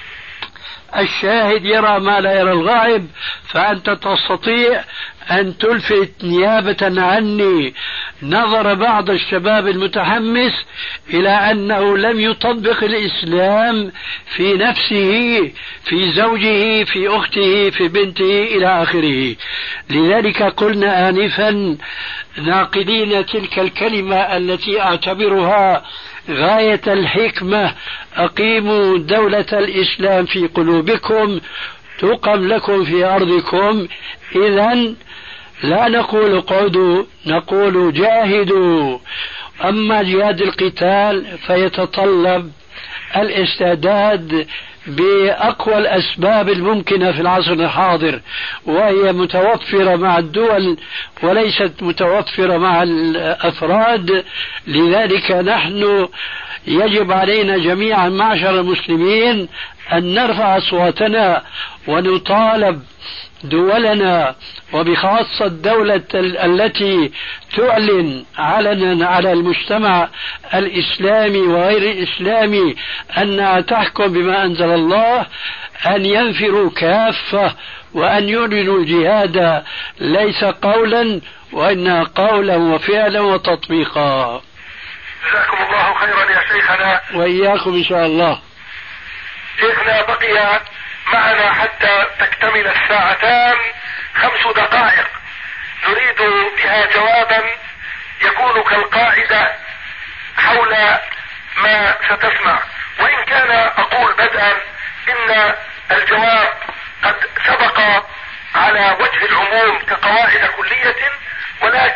C: الشاهد يرى ما لا يرى الغائب، فأنت تستطيع أن تلفت نيابة عني نظر بعض الشباب المتحمس إلى أنه لم يطبق الإسلام في نفسه، في زوجه، في أخته، في بنته، إلى آخره. لذلك قلنا آنفا ناقلين تلك الكلمة التي أعتبرها غاية الحكمة: أقيموا دولة الإسلام في قلوبكم تقم لكم في أرضكم. إذن لا نقول قعدوا، نقول جاهدوا. أما جهاد القتال فيتطلب الاستعداد بأقوى الأسباب الممكنة في العصر الحاضر، وهي متوفرة مع الدول وليست متوفرة مع الأفراد. لذلك نحن يجب علينا جميعا معشر المسلمين أن نرفع أصواتنا ونطالب دولنا، وبخاصة الدولة التي تعلن علنا على المجتمع الإسلامي وغير الإسلامي أنها تحكم بما أنزل الله، أن ينفروا كافة وأن يعلنوا الجهاد ليس قولا وإنما قولا وفعلا وتطبيقا.
D: جزاكم الله خيرا يا شيخنا.
C: وإياكم إن شاء الله.
D: شيخنا بقي معنا حتى تكتمل الساعتان خمس دقائق نريد بها جوابا يكون كالقاعدة حول ما ستسمع، وإن كان أقول بدءا إن الجواب قد سبق على وجه العموم كقواعد كلية، ولكن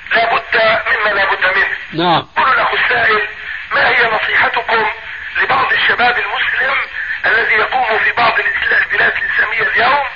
D: لا بد مما لا بد منه.
C: نعم.
D: يقول الأخ السائل: ما هي نصيحتكم لبعض الشباب المسلم الذي يقوم في بعض البلاد الإسلامية اليوم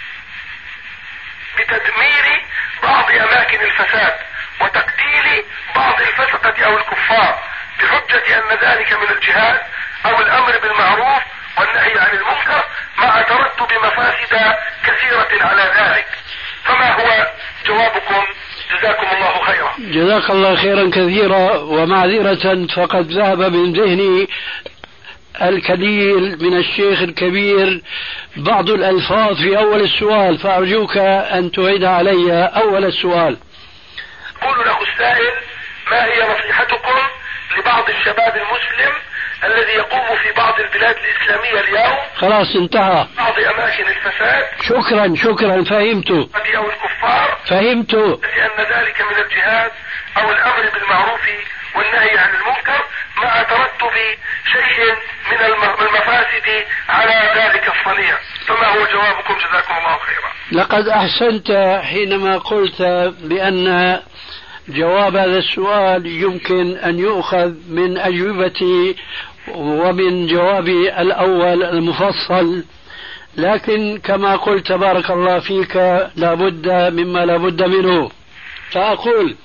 D: بتدمير بعض أماكن الفساد وتقتيل بعض الفسقة أو الكفار بحجة أن ذلك من الجهاد أو الأمر بالمعروف والنهي عن المنكر مع ترتب مفاسد كثيرة على ذلك؟ فما هو جوابكم؟ جزاكم الله خيرا.
C: جزاك الله خيرا كثيرا، ومعذرة فقد ذهب من ذهني الكليل من الشيخ الكبير بعض الألفاظ في أول السؤال، فأرجوك أن تعيد علي أول السؤال.
D: يقول الأخ السائل: ما هي نصيحتكم لبعض الشباب المسلم الذي يقوم في بعض البلاد الإسلامية اليوم؟
C: خلاص انتهى.
D: بعض أماكن الفساد.
C: شكرا شكرا فهمت.
D: أو الكفار.
C: فهمت.
D: لأن ذلك من الجهاد أو الأمر بالمعروف والنهي عن المنكر مع ترتب شيء من المفاسد على ذلك الصنيع، فما هو جوابكم؟ جزاكم الله خيرا.
C: لقد أحسنت حينما قلت بأن جواب هذا السؤال يمكن أن يؤخذ من أجوبتي ومن جوابي الأول المفصل، لكن كما قلت بارك الله فيك لا بد مما لا بد منه. فأقول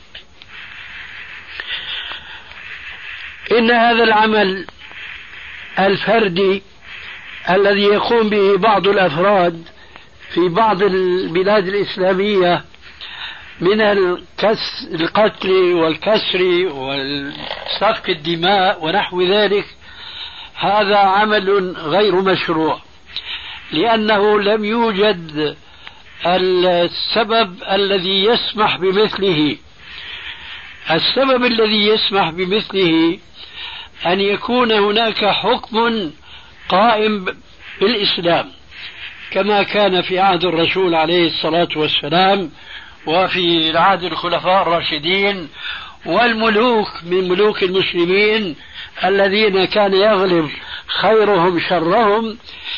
C: إن هذا العمل الفردي الذي يقوم به بعض الأفراد في بعض البلاد الإسلامية من القتل والكسر والسفك الدماء ونحو ذلك، هذا عمل غير مشروع، لأنه لم يوجد السبب الذي يسمح بمثله. السبب الذي يسمح بمثله أن يكون هناك حكم قائم بالإسلام كما كان في عهد الرسول عليه الصلاة والسلام وفي عهد الخلفاء الراشدين والملوك من ملوك المسلمين الذين كان يغلب خيرهم شرهم.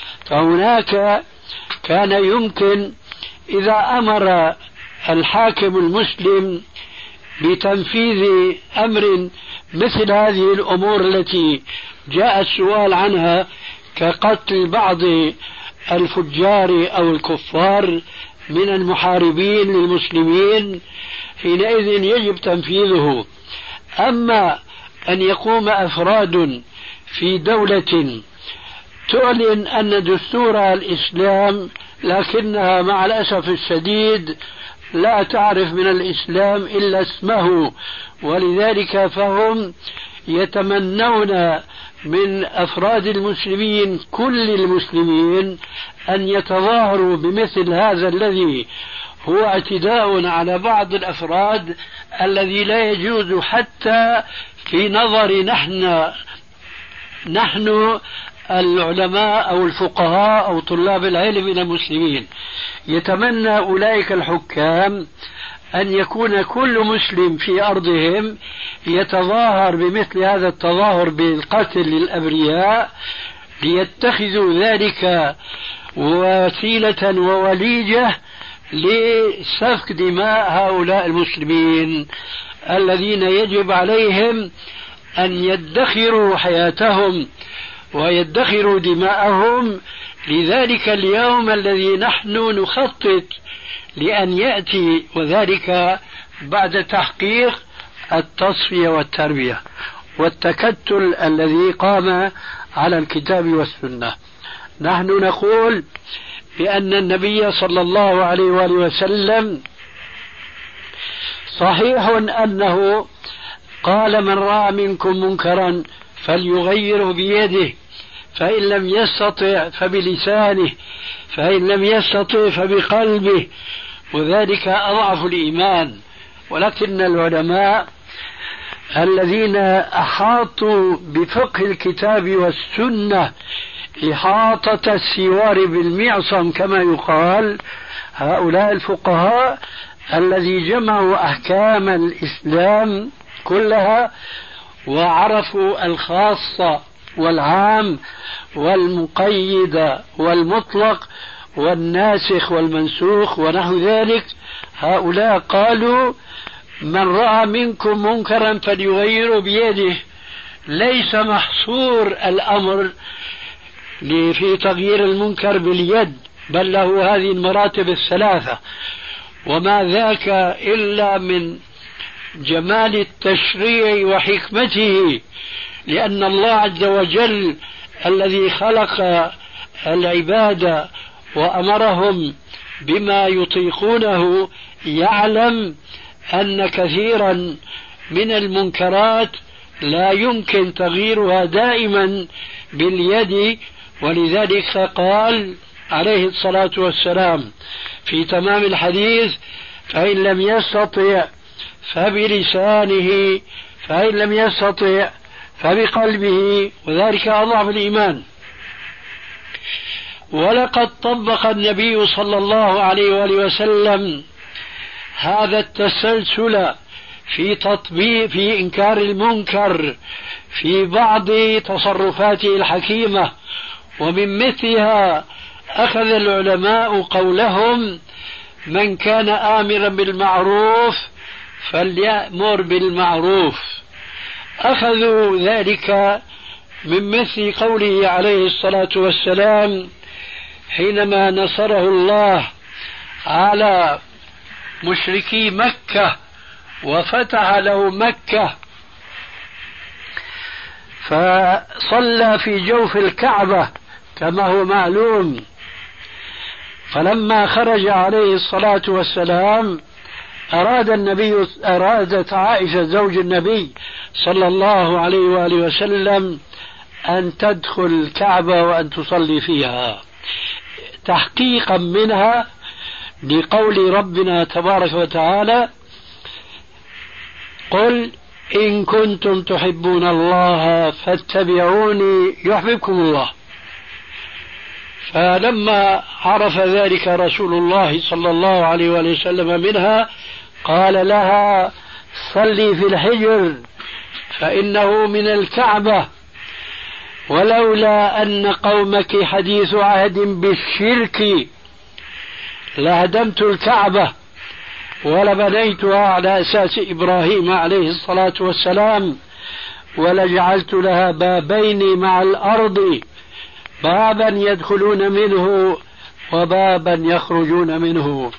C: فهناك كان يمكن إذا أمر الحاكم المسلم بتنفيذ أمر مثل هذه الأمور التي جاء السؤال عنها كقتل بعض الفجار أو الكفار من المحاربين للمسلمين، حينئذ يجب تنفيذه. أما أن يقوم أفراد في دولة تعلن أن دستور الإسلام لكنها مع الأسف الشديد لا تعرف من الإسلام إلا اسمه، ولذلك فهم يتمنون من أفراد المسلمين كل المسلمين أن يتظاهروا بمثل هذا الذي هو اعتداء على بعض الأفراد الذي لا يجوز حتى في نظر نحن نحن العلماء أو الفقهاء أو طلاب العلم من المسلمين. يتمنى أولئك الحكام أن يكون كل مسلم في أرضهم يتظاهر بمثل هذا التظاهر بالقتل للأبرياء، ليتخذوا ذلك وسيلة ووليجة لسفك دماء هؤلاء المسلمين الذين يجب عليهم أن يدخروا حياتهم ويدخروا دماءهم لذلك اليوم الذي نحن نخطط لأن يأتي، وذلك بعد تحقيق التصفية والتربية والتكتل الذي قام على الكتاب والسنة. نحن نقول بأن النبي صلى الله عليه وآله وسلم صحيح أنه قال: من رأى منكم منكرا فليغيره بيده، فإن لم يستطع فبلسانه، فإن لم يستطع فبقلبه، وذلك أضعف الإيمان. ولكن العلماء الذين أحاطوا بفقه الكتاب والسنة إحاطة السوار بالمعصم كما يقال، هؤلاء الفقهاء الذي جمعوا أحكام الإسلام كلها وعرفوا الخاصة والعام والمقيد والمطلق والناسخ والمنسوخ ونحو ذلك، هؤلاء قالوا من رأى منكم منكرا فليغيره بيده، ليس محصور الأمر في تغيير المنكر باليد، بل له هذه المراتب الثلاثة. وما ذاك إلا من جمال التشريع وحكمته، لأن الله عز وجل الذي خلق العباد وأمرهم بما يطيقونه يعلم أن كثيرا من المنكرات لا يمكن تغييرها دائما باليد، ولذلك قال عليه الصلاة والسلام في تمام الحديث: فإن لم يستطع فبلسانه، فإن لم يستطع فبقلبه، وذلك أضعف الإيمان. ولقد طبق النبي صلى الله عليه وآله وسلم هذا التسلسل في تطبيق في إنكار المنكر في بعض تصرفاته الحكيمة، ومن مثلها أخذ العلماء قولهم: من كان آمرا بالمعروف فليأمر بالمعروف. أخذوا ذلك من مثل قوله عليه الصلاة والسلام حينما نصره الله على مشركي مكة وفتح له مكة، فصلى في جوف الكعبة كما هو معلوم. فلما خرج عليه الصلاة والسلام أراد النبي أرادت عائشة زوج النبي صلى الله عليه وآله وسلم أن تدخل الكعبة وأن تصلي فيها، تحقيقا منها لقول ربنا تبارك وتعالى: قل إن كنتم تحبون الله فاتبعوني يحببكم الله. فلما عرف ذلك رسول الله صلى الله عليه وآله وسلم منها قال لها: صلي في الحجر فإنه من الكعبة، ولولا أن قومك حديث عهد بالشرك لهدمت الكعبة ولبنيتها على أساس إبراهيم عليه الصلاة والسلام، ولجعلت لها بابين مع الأرض، بابا يدخلون منه وبابا يخرجون منه.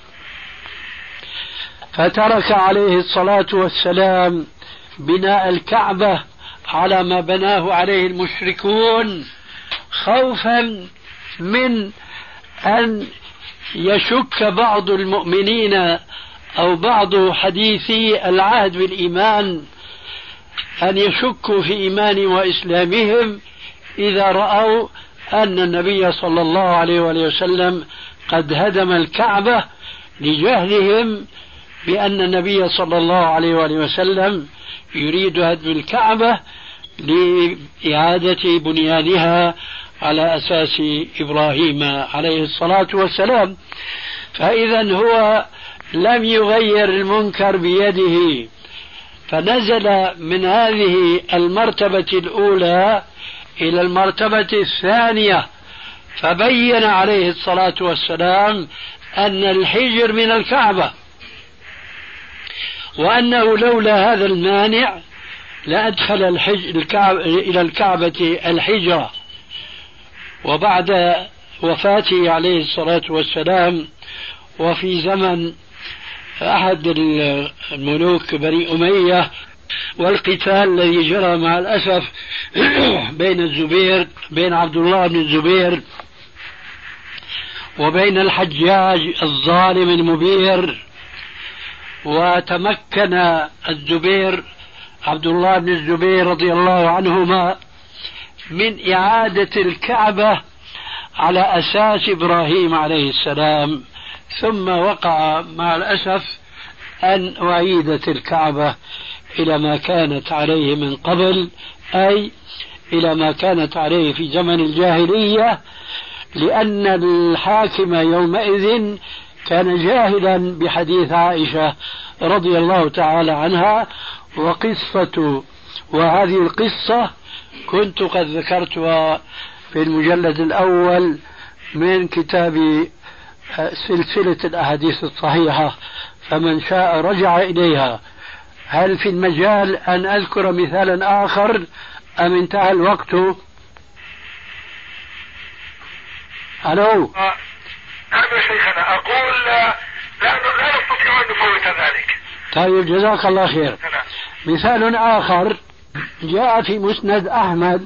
C: فترك عليه الصلاة والسلام بناء الكعبة على ما بناه عليه المشركون، خوفا من أن يشك بعض المؤمنين أو بعض حديثي العهد بالإيمان أن يشكوا في إيمان وإسلامهم إذا رأوا أن النبي صلى الله عليه وآله وسلم قد هدم الكعبة، لجهلهم بأن النبي صلى الله عليه وآله وسلم يريد هدم الكعبة لإعادة بنيانها على أساس إبراهيم عليه الصلاة والسلام. فإذا هو لم يغير المنكر بيده، فنزل من هذه المرتبة الأولى إلى المرتبة الثانية، فبين عليه الصلاة والسلام أن الحجر من الكعبة، وأنه لولا هذا المانع لأدخل الحج الكعب إلى الكعبة الحجرة. وبعد وفاته عليه الصلاة والسلام وفي زمن أحد الملوك بني أمية والقتال الذي جرى مع الأسف بين الزبير بين عبد الله بن الزبير وبين الحجاج الظالم المبير، وتمكن الزبير عبد الله بن الزبير رضي الله عنهما من إعادة الكعبة على أساس إبراهيم عليه السلام، ثم وقع مع الأسف أن أعيدت الكعبة إلى ما كانت عليه من قبل، أي إلى ما كانت عليه في زمن الجاهلية، لأن الحاكم يومئذ كان جاهلا بحديث عائشة رضي الله تعالى عنها. وقصة وهذه القصة كنت قد ذكرتها في المجلد الأول من كتاب سلسلة الأحاديث الصحيحة، فمن شاء رجع إليها. هل في المجال أن أذكر مثالا آخر أم انتهى الوقت؟ ألو.
D: نعم يا شيخنا، أقول لا, لا نستطيع أن نفوت ذلك.
C: طيب جزاك الله خير. مثال آخر جاء في مسند أحمد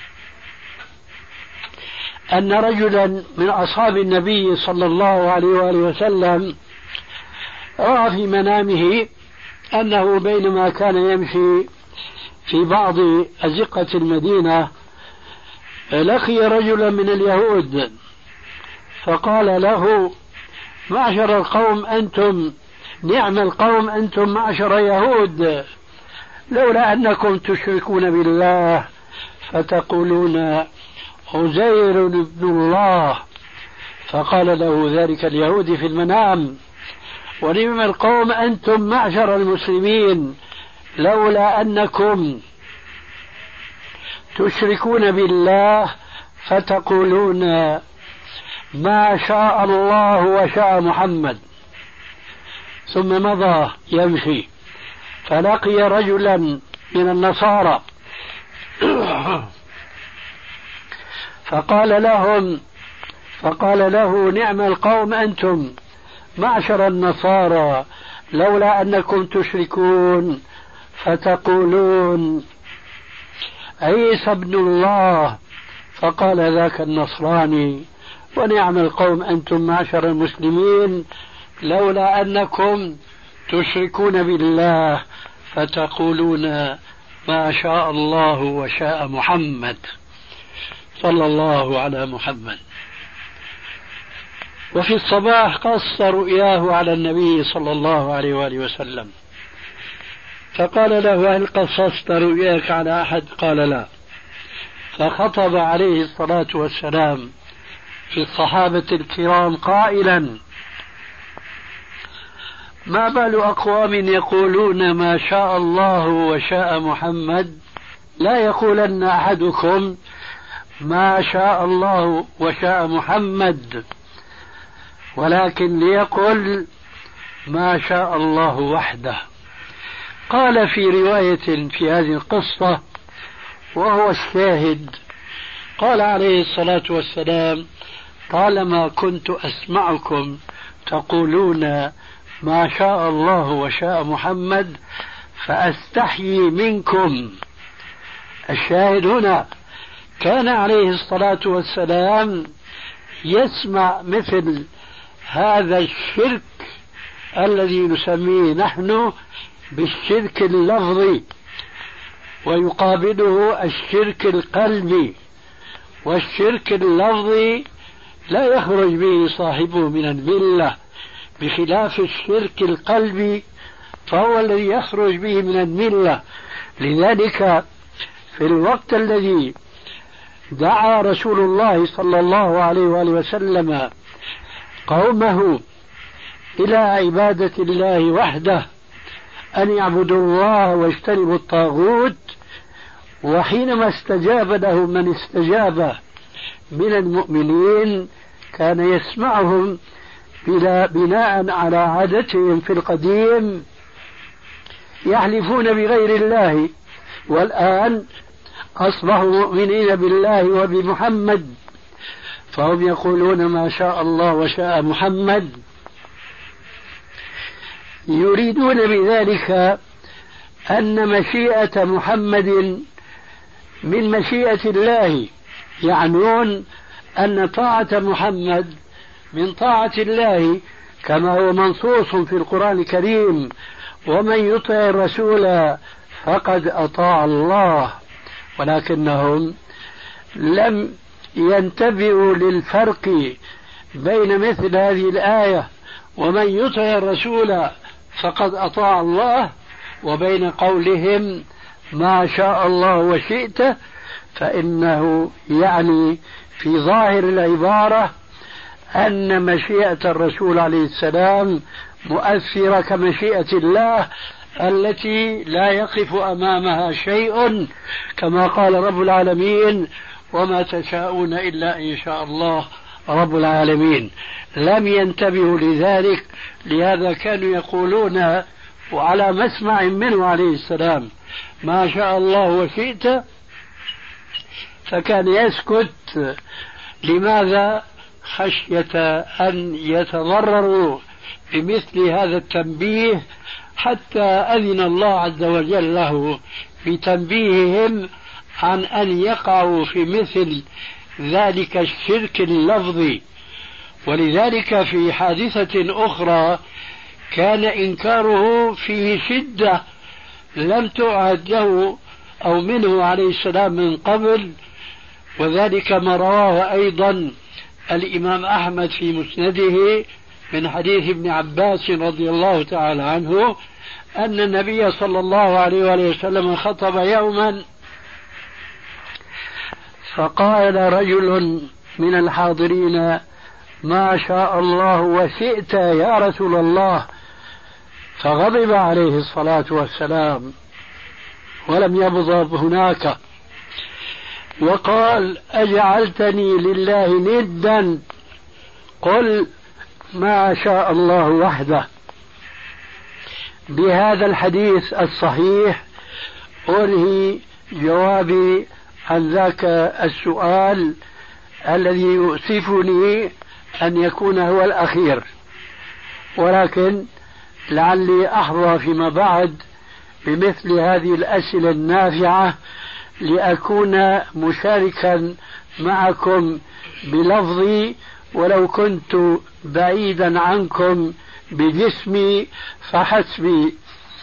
C: أن رجلا من أصحاب النبي صلى الله عليه وآله وسلم رأى في منامه أنه بينما كان يمشي في بعض أزقة المدينة لقي رجلا من اليهود فقال له: معشر القوم أنتم، نعم القوم أنتم معشر يهود، لولا أنكم تشركون بالله فتقولون عزير ابن الله. فقال له ذلك اليهودي في المنام: ونعم القوم أنتم معشر المسلمين، لولا أنكم تشركون بالله فتقولون ما شاء الله وشاء محمد. ثم مضى يمشي فلقي رجلا من النصارى فقال لهم فقال له: نعم القوم أنتم معشر النصارى، لولا أنكم تشركون فتقولون عيسى ابن الله. فقال ذاك النصراني: ونعم القوم أنتم معشر المسلمين، لولا أنكم تشركون بالله فتقولون ما شاء الله وشاء محمد. صلى الله على محمد. وفي الصباح قص رؤياه على النبي صلى الله عليه وآله وسلم فقال له: هل قصصت رؤياك على أحد؟ قال: لا. فخطب عليه الصلاة والسلام في الصحابة الكرام قائلا: ما بال أقوام يقولون ما شاء الله وشاء محمد، لا يقولن أحدكم ما شاء الله وشاء محمد، ولكن ليقل ما شاء الله وحده. قال في رواية في هذه القصة وهو الشاهد، قال عليه الصلاة والسلام: طالما كنت أسمعكم تقولون ما شاء الله وشاء محمد فأستحيي منكم. الشاهد هنا كان عليه الصلاة والسلام يسمع مثل هذا الشرك الذي نسميه نحن بالشرك اللفظي، ويقابله الشرك القلبي. والشرك اللفظي لا يخرج به صاحبه من الملة، بخلاف الشرك القلبي فهو الذي يخرج به من الملة. لذلك في الوقت الذي دعا رسول الله صلى الله عليه وآله وسلم قومه إلى عبادة الله وحده، أن يعبدوا الله واجتنبوا الطاغوت، وحينما استجاب له من استجاب من المؤمنين كان يسمعهم بناء على عادتهم في القديم يحلفون بغير الله، والآن أصبحوا مؤمنين بالله وبمحمد فهم يقولون ما شاء الله وشاء محمد، يريدون بذلك أن مشيئة محمد من مشيئة الله، يعنون أن طاعة محمد من طاعة الله كما هو منصوص في القرآن الكريم: ومن يطع الرسول فقد أطاع الله. ولكنهم لم ينتبهوا للفرق بين مثل هذه الآية ومن يطع الرسول فقد أطاع الله وبين قولهم ما شاء الله وشئت، فإنه يعني في ظاهر العبارة أن مشيئة الرسول عليه السلام مؤثرة كمشيئة الله التي لا يقف أمامها شيء، كما قال رب العالمين: وما تشاءون إلا إن شاء الله رب العالمين. لم ينتبهوا لذلك، لهذا كانوا يقولون وعلى مسمع منه عليه السلام ما شاء الله وشئت، فكان يسكت. لماذا؟ خشية أن يتضرروا بمثل هذا التنبيه، حتى أذن الله عز وجل له بتنبيههم عن أن يقعوا في مثل ذلك الشرك اللفظي. ولذلك في حادثة أخرى كان إنكاره فيه شدة لم تعهد له أو منه عليه السلام من قبل، وذلك ما رواه أيضا الإمام أحمد في مسنده من حديث ابن عباس رضي الله تعالى عنه أن النبي صلى الله عليه وسلم خطب يوما، فقال رجل من الحاضرين: ما شاء الله وشئت يا رسول الله. فغضب عليه الصلاة والسلام ولم يبضب هناك، وقال: أجعلتني لله ندا؟ قل ما شاء الله وحده. بهذا الحديث الصحيح أنهي جوابي عن ذاك السؤال الذي يؤسفني أن يكون هو الأخير، ولكن لعلي أحظى فيما بعد بمثل هذه الأسئلة النافعة لأكون مشاركا معكم بلفظي، ولو كنت بعيدا عنكم بجسمي فحسبي.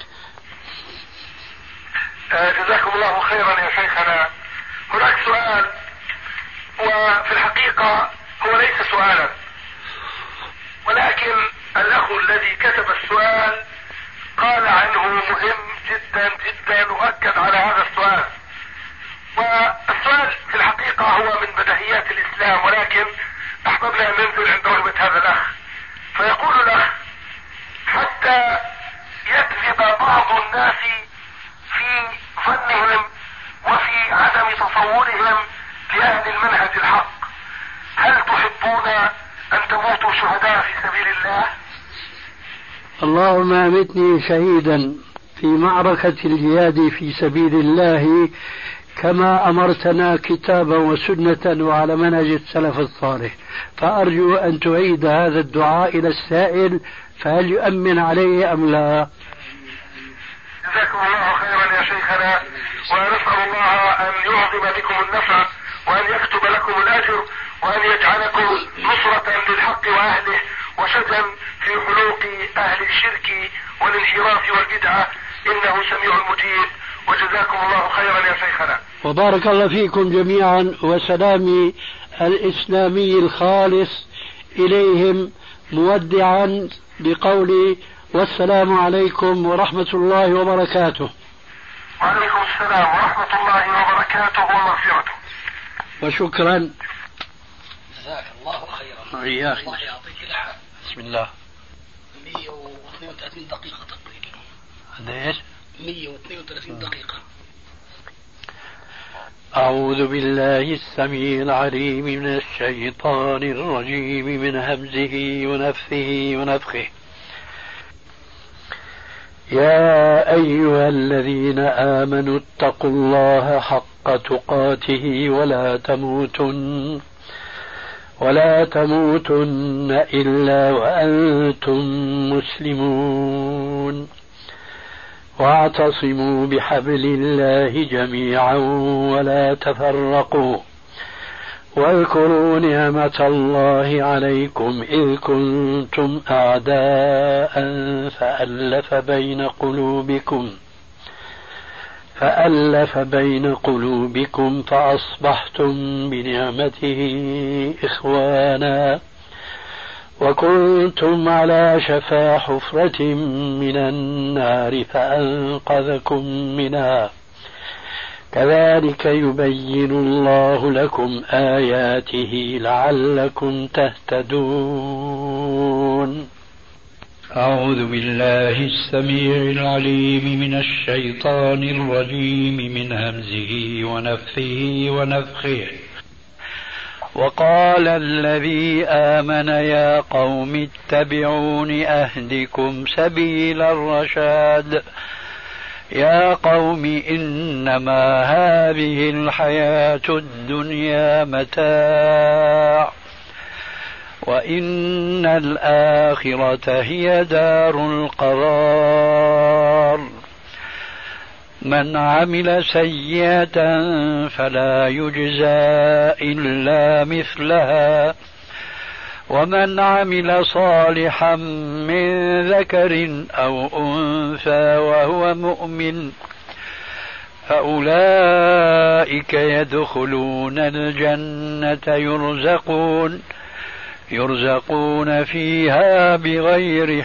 D: جزاكم الله خيرا يا شيخنا. هناك سؤال، وفي الحقيقة هو ليس سؤالا، ولكن الأخ الذي كتب السؤال قال عنه مهم جدا جدا وأكد على هذا السؤال. والسؤال في الحقيقة هو من بديهيات الإسلام، ولكن أحببنا أن ننزل عند رغبة هذا الأخ. فيقول الأخ: حتى يكذب بعض الناس في ظنهم وفي عدم تصورهم لأهل المنهج الحق، هل تحبون أن تموتوا شهداء في سبيل الله؟
C: اللهم أمتني شهيدا في معركة الجهاد في سبيل الله كما أمرتنا كتابا وسنة وعلى منهج السلف الصالح. فأرجو أن تعيد هذا الدعاء إلى السائل، فهل يؤمن عليه أم لا؟
D: جزاكم الله خيرا يا شيخنا، ونسأل الله أن يعظم بكم النفع وأن يكتب لكم الأجر وأن يجعلكم نصرة للحق وأهله وشدا في حلوق أهل الشرك والانحراف والبدعة، إنه سميع مجيب. وجزاكم الله خيرا يا شيخنا.
C: وبارك الله فيكم جميعا، وسلامي الإسلامي الخالص إليهم مودعا بقولي: والسلام عليكم ورحمة الله وبركاته.
D: وعليكم السلام ورحمة الله وبركاته ومغفرته.
C: وشكرا.
B: جزاك الله خيرا.
C: إياك.
B: الله يعطيك العافية.
C: بسم الله.
B: مئة واثنين وثلاثين دقيقة تقريبا.
C: قديش؟
B: مئة واثنين وثلاثين دقيقة.
C: أعوذ بالله السميع العليم من الشيطان الرجيم من همزه ونفثه ونفخه. يا أيها الذين آمنوا اتقوا الله حق تقاته ولا تموتن ولا تموتن إلا وأنتم مسلمون، واعتصموا بحبل الله جميعا ولا تفرقوا، واذكروا نعمة الله عليكم إذ كنتم أعداء فألف بين قلوبكم فألف بين قلوبكم فأصبحتم بنعمته إخوانا، وكنتم على شفا حفرة من النار فأنقذكم منها، كذلك يبين الله لكم آياته لعلكم تهتدون. أعوذ بالله السميع العليم من الشيطان الرجيم من همزه ونفثه ونفخه. وقال الذي آمن يا قوم اتبعون أهدكم سبيل الرشاد يا قوم إنما هذه الحياة الدنيا متاع وإن الآخرة هي دار القرار من عمل سيئة فلا يجزى إلا مثلها ومن عمل صالحا من ذكر أو أنثى وهو مؤمن فأولئك يدخلون الجنة يرزقون يرزقون فيها بغير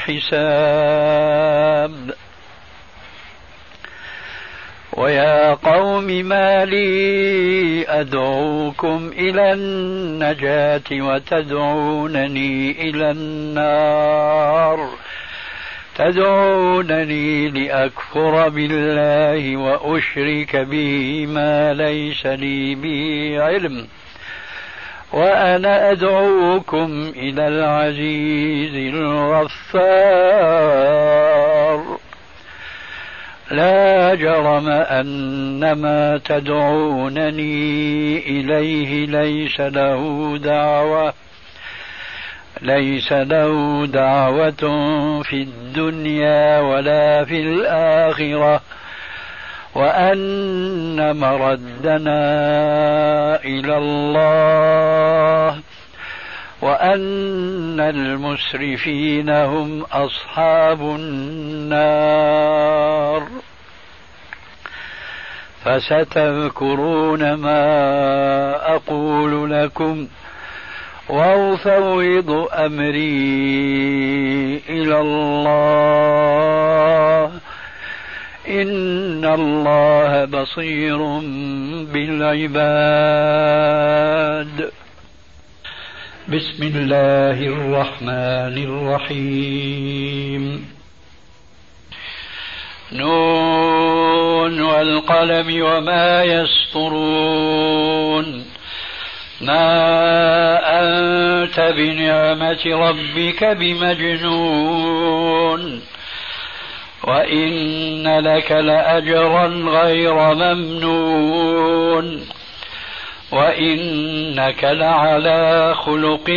C: حساب ويا قوم ما لي أدعوكم إلى النجاة وتدعونني إلى النار تدعونني لأكفر بالله وأشرك به ما ليس لي به علم وأنا أدعوكم إلى العزيز الغفار لا جرم أن ما تدعونني إليه ليس له دعوة ليس له دعوة في الدنيا ولا في الآخرة وأن مردنا إلى الله وأن المسرفين هم أصحاب النار فستذكرون ما أقول لكم وأفوض أمري إلى الله إن الله بصير بالعباد. بسم الله الرحمن الرحيم. نون والقلم وما يسطرون ما أنت بنعمة ربك بمجنون وإن لك لأجرا غير ممنون وإنك لعلى خلق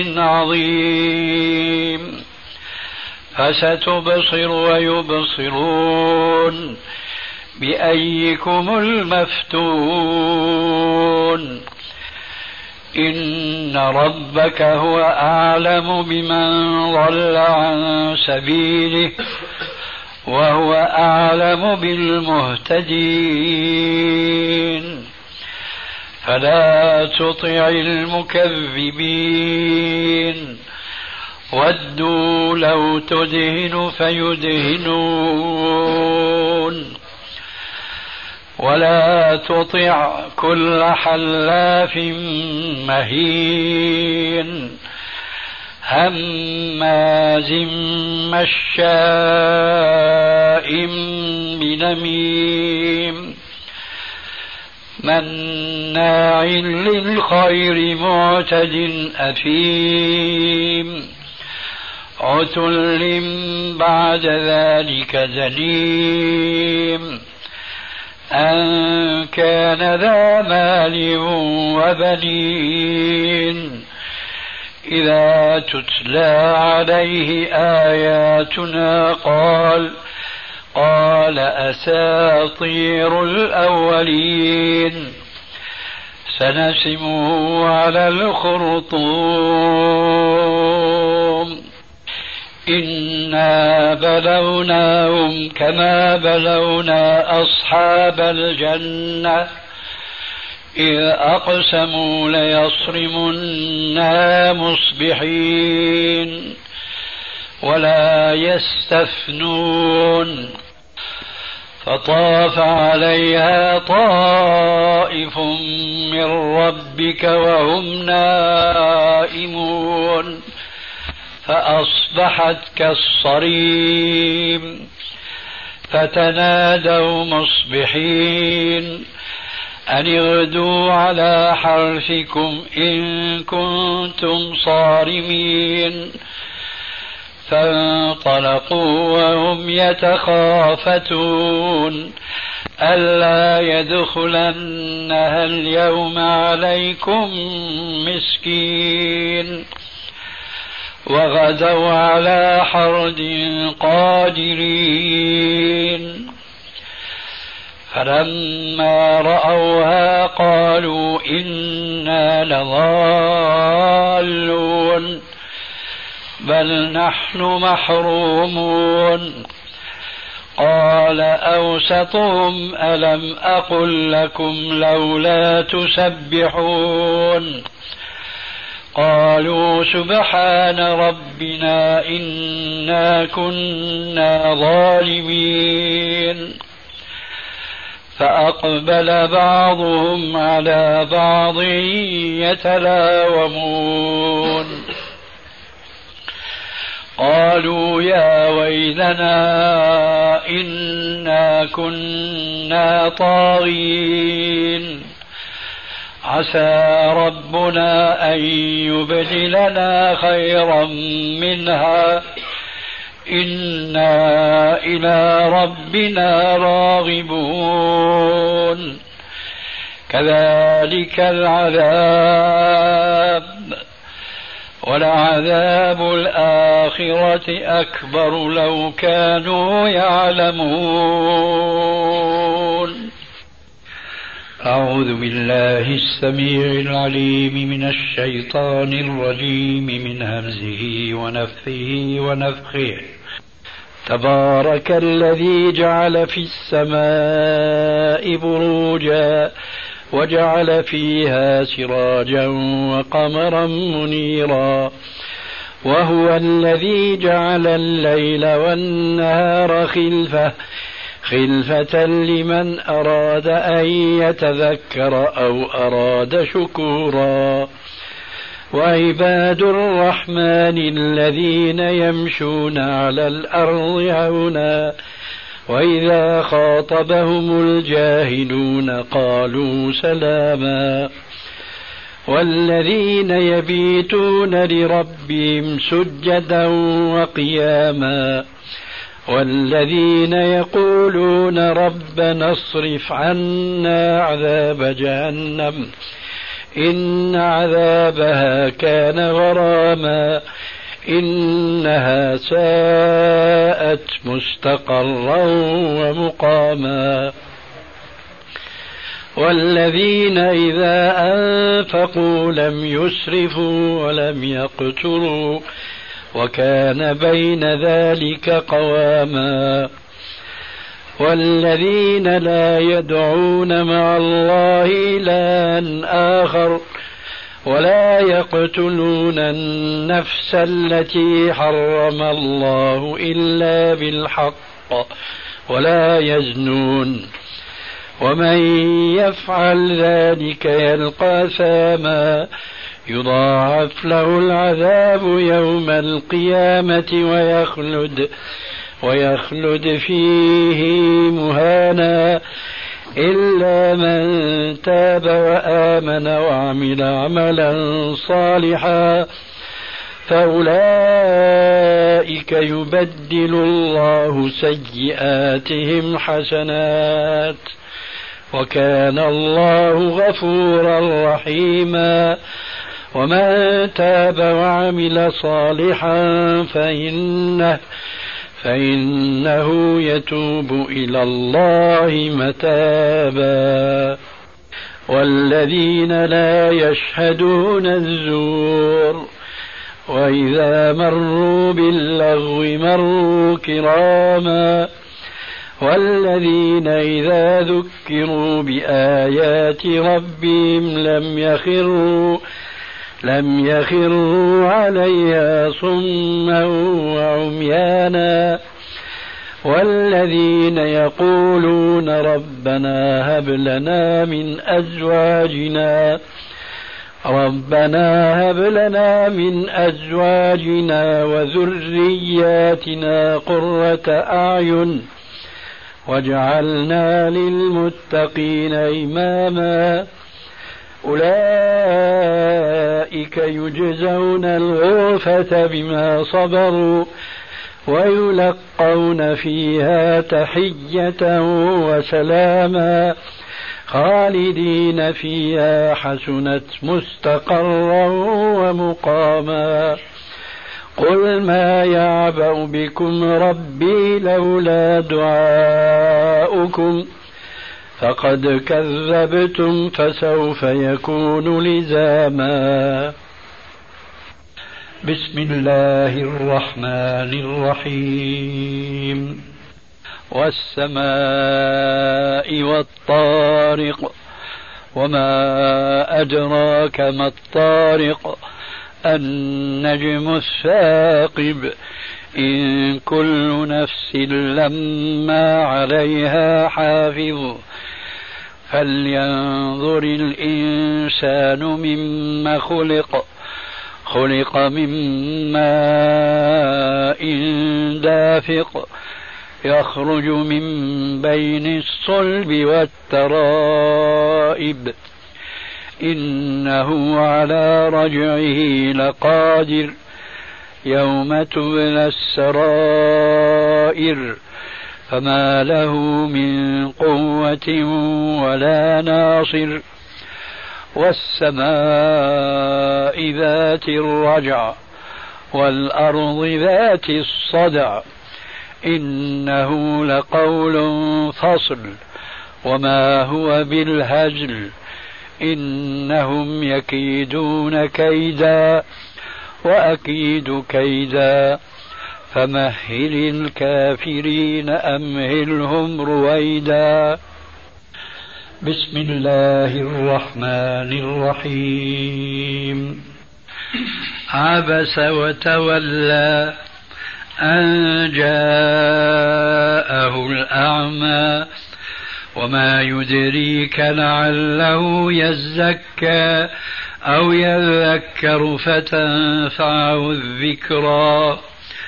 C: عظيم فستبصر ويبصرون بأيكم المفتون إن ربك هو أعلم بمن ضل عن سبيله وهو أعلم بالمهتدين فلا تطع المكذبين ودوا لو تدهن فيدهنون ولا تطع كل حلاف مهين هماز مشاء بنميم مناع للخير معتد أثيم عتل بعد ذلك زنيم أن كان ذا مال وبنين إذا تتلى عليه آياتنا قال قال أساطير الأولين سنسمه على الخرطوم إنا بلوناهم كما بلونا أصحاب الجنة إذ أقسموا ليصرمنها مصبحين ولا يستثنون فطاف عليها طائف من ربك وهم نائمون فأصبحت كالصريم فتنادوا مصبحين أن اغدوا على حرثكم إن كنتم صارمين. فانطلقوا وهم يتخافتون ألا يدخلنها اليوم عليكم مسكين. وغدوا على حرد قادرين. فلما رأوها قالوا إنا لضالون بل نحن محرومون. قال أوسطهم ألم أقل لكم لولا تسبحون. قالوا سبحان ربنا إنا كنا ظالمين. فأقبل بعضهم على بعض يتلاومون. قالوا يا ويلنا إنا كنا طاغين عسى ربنا أن يبدلنا خيرا منها إنا إلى ربنا راغبون. كذلك العذاب ولعذاب الآخرة أكبر لو كانوا يعلمون. أعوذ بالله السميع العليم من الشيطان الرجيم من همزه ونفثه ونفخه. تبارك الذي جعل في السماء بروجا وجعل فيها سراجا وقمرا منيرا وهو الذي جعل الليل والنهار خلفة خلفة لمن أراد أن يتذكر أو أراد شكورا. وعباد الرحمن الذين يمشون على الأرض هونا وإذا خاطبهم الجاهلون قالوا سلاما. والذين يبيتون لربهم سجدا وقياما والذين يقولون ربنا اصرف عنا عذاب جهنم إن عذابها كان غراما إنها ساءت مستقرا ومقاما. والذين إذا أنفقوا لم يسرفوا ولم يقتروا وكان بين ذلك قواما. والذين لا يدعون مع الله إلها آخر ولا يقتلون النفس التي حرم الله إلا بالحق ولا يزنون ومن يفعل ذلك يلقى ثاما يضاعف له العذاب يوم القيامة ويخلد ويخلد فيه مهانا إلا من تاب وآمن وعمل عملا صالحا فأولئك يبدل الله سيئاتهم حسنات وكان الله غفورا رحيما. ومن تاب وعمل صالحا فإنه فإنه يتوب إلى الله متابا. والذين لا يشهدون الزور وإذا مروا باللغو مروا كراما. والذين إذا ذكروا بآيات ربهم لم يخروا لم يخروا عليها صما وعميانا. والذين يقولون ربنا هب لنا من أزواجنا ربنا هب لنا من أزواجنا وذرياتنا قرة أعين وجعلنا للمتقين إماما أولئك يجزون الغرفة بما صبروا ويلقون فيها تحية وسلاما خالدين فيها حسنت مستقرا ومقاما قل ما يعبأ بكم ربي لولا دعاؤكم فقد كذبتم فسوف يكون لزاما. بسم الله الرحمن الرحيم. والسماء والطارق وما أدراك ما الطارق النجم الثاقب إن كل نفس لما عليها حافظ فلينظر الإنسان مما خلق خلق من ماء دافق يخرج من بين الصلب والترائب إنه على رجعه لقادر يوم تبلى السرائر فما له من قوة ولا ناصر والسماء ذات الرجع والأرض ذات الصدع إنه لقول فصل وما هو بالهزل إنهم يكيدون كيدا وأكيد كيدا فمهل الكافرين أمهلهم رويدا. بسم الله الرحمن الرحيم. عبس وتولى أن جاءه الأعمى وما يدريك لعله يزكى أو يذكر فتنفعه الذكرى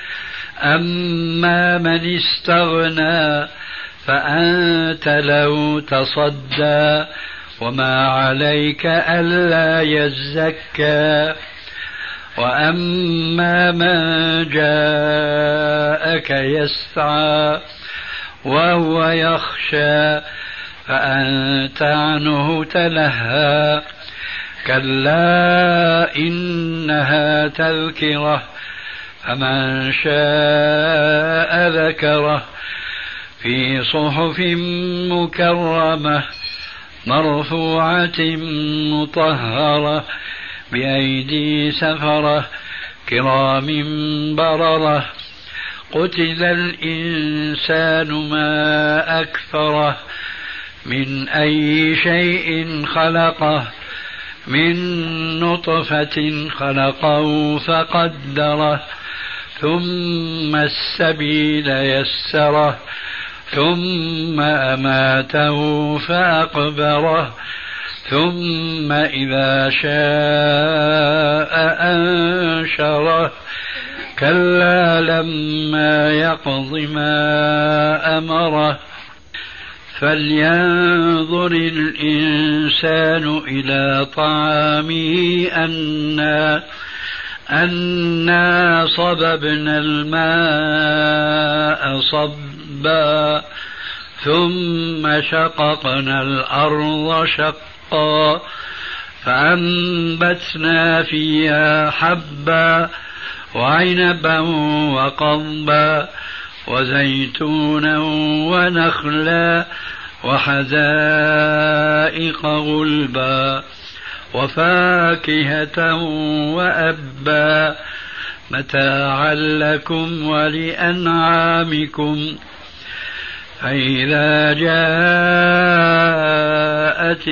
C: أما من استغنى فأنت له تصدى وما عليك ألا يزكى وأما من جاءك يسعى وهو يخشى فأنت عنه تلهى كلا إنها تذكرة فمن شاء ذكره في صحف مكرمة مرفوعة مطهرة بأيدي سفرة كرام بررة قتل الإنسان ما أكفره من أي شيء خلقه من نطفة خلقه فقدره ثم السبيل يسره ثم أماته فأقبره ثم إذا شاء أنشره كلا لما يقض ما أمره فلينظر الإنسان إلى طعامه أنا أنا صببنا الماء صبا ثم شققنا الأرض شقا فأنبتنا فيها حبا وعنبا وقضبا وزيتونا ونخلا وحدائق غلبا وفاكهة وأبا متاعا لكم ولأنعامكم فإذا جاءت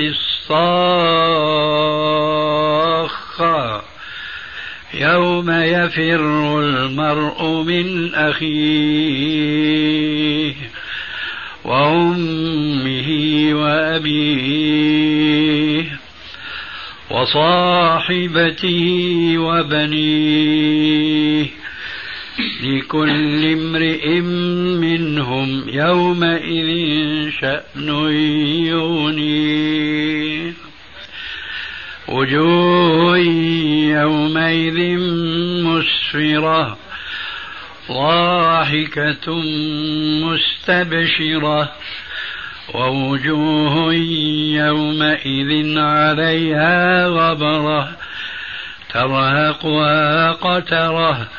C: الصاخة يوم يفر المرء من أخيه وأمه وأبيه وصاحبته وبنيه لكل امرئ منهم يومئذ شأن يغنيه وجوه يومئذ مسفرة ضاحكة مستبشرة ووجوه يومئذ عليها غبرة ترهقها قترة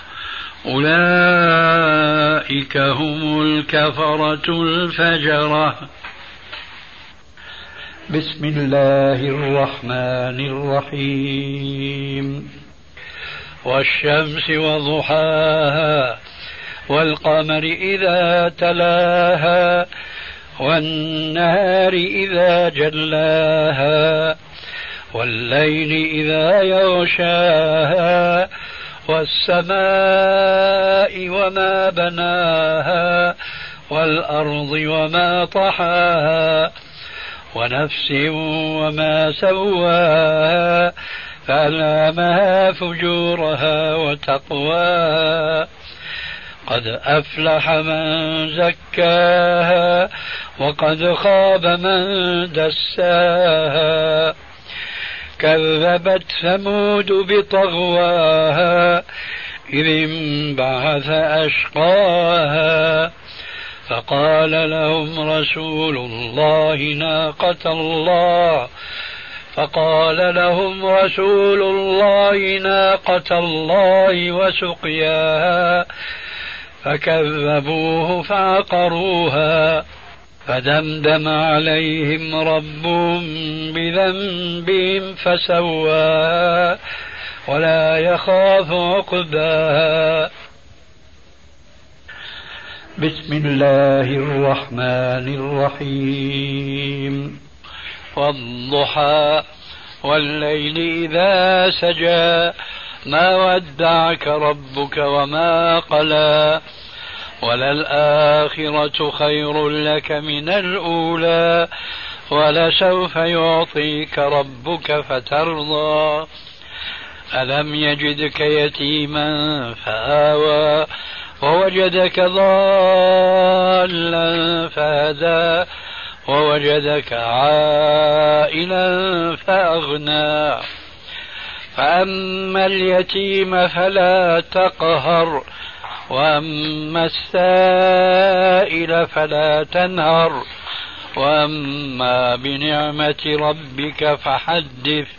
C: أولئك هم الكفرة الفجرة. بسم الله الرحمن الرحيم. والشمس وضحاها والقمر إذا تلاها والنهار إذا جلاها والليل إذا يغشاها والسماء وما بناها والأرض وما طحاها ونفس وما سواها فألهمها فجورها وتقواها قد أفلح من زكاها وقد خاب من دساها كذبت ثمود بطغواها إذ انبعث أشقاها فقال لهم رسول الله ناقة الله فقال لهم رسول الله ناقة الله وسقياها فكذبوه فعقروها فدمدم عليهم ربهم بذنبهم فسواها ولا يخاف عقباها. بسم الله الرحمن الرحيم. والضحى والليل إذا سجى ما ودعك ربك وما قلى وللآخرة خير لك من الأولى ولسوف يعطيك ربك فترضى ألم يجدك يتيما فآوى ووجدك ضالا فهدى ووجدك عائلا فأغنى فأما اليتيم فلا تقهر وأما السائل فلا تنهر وأما بنعمة ربك فحدث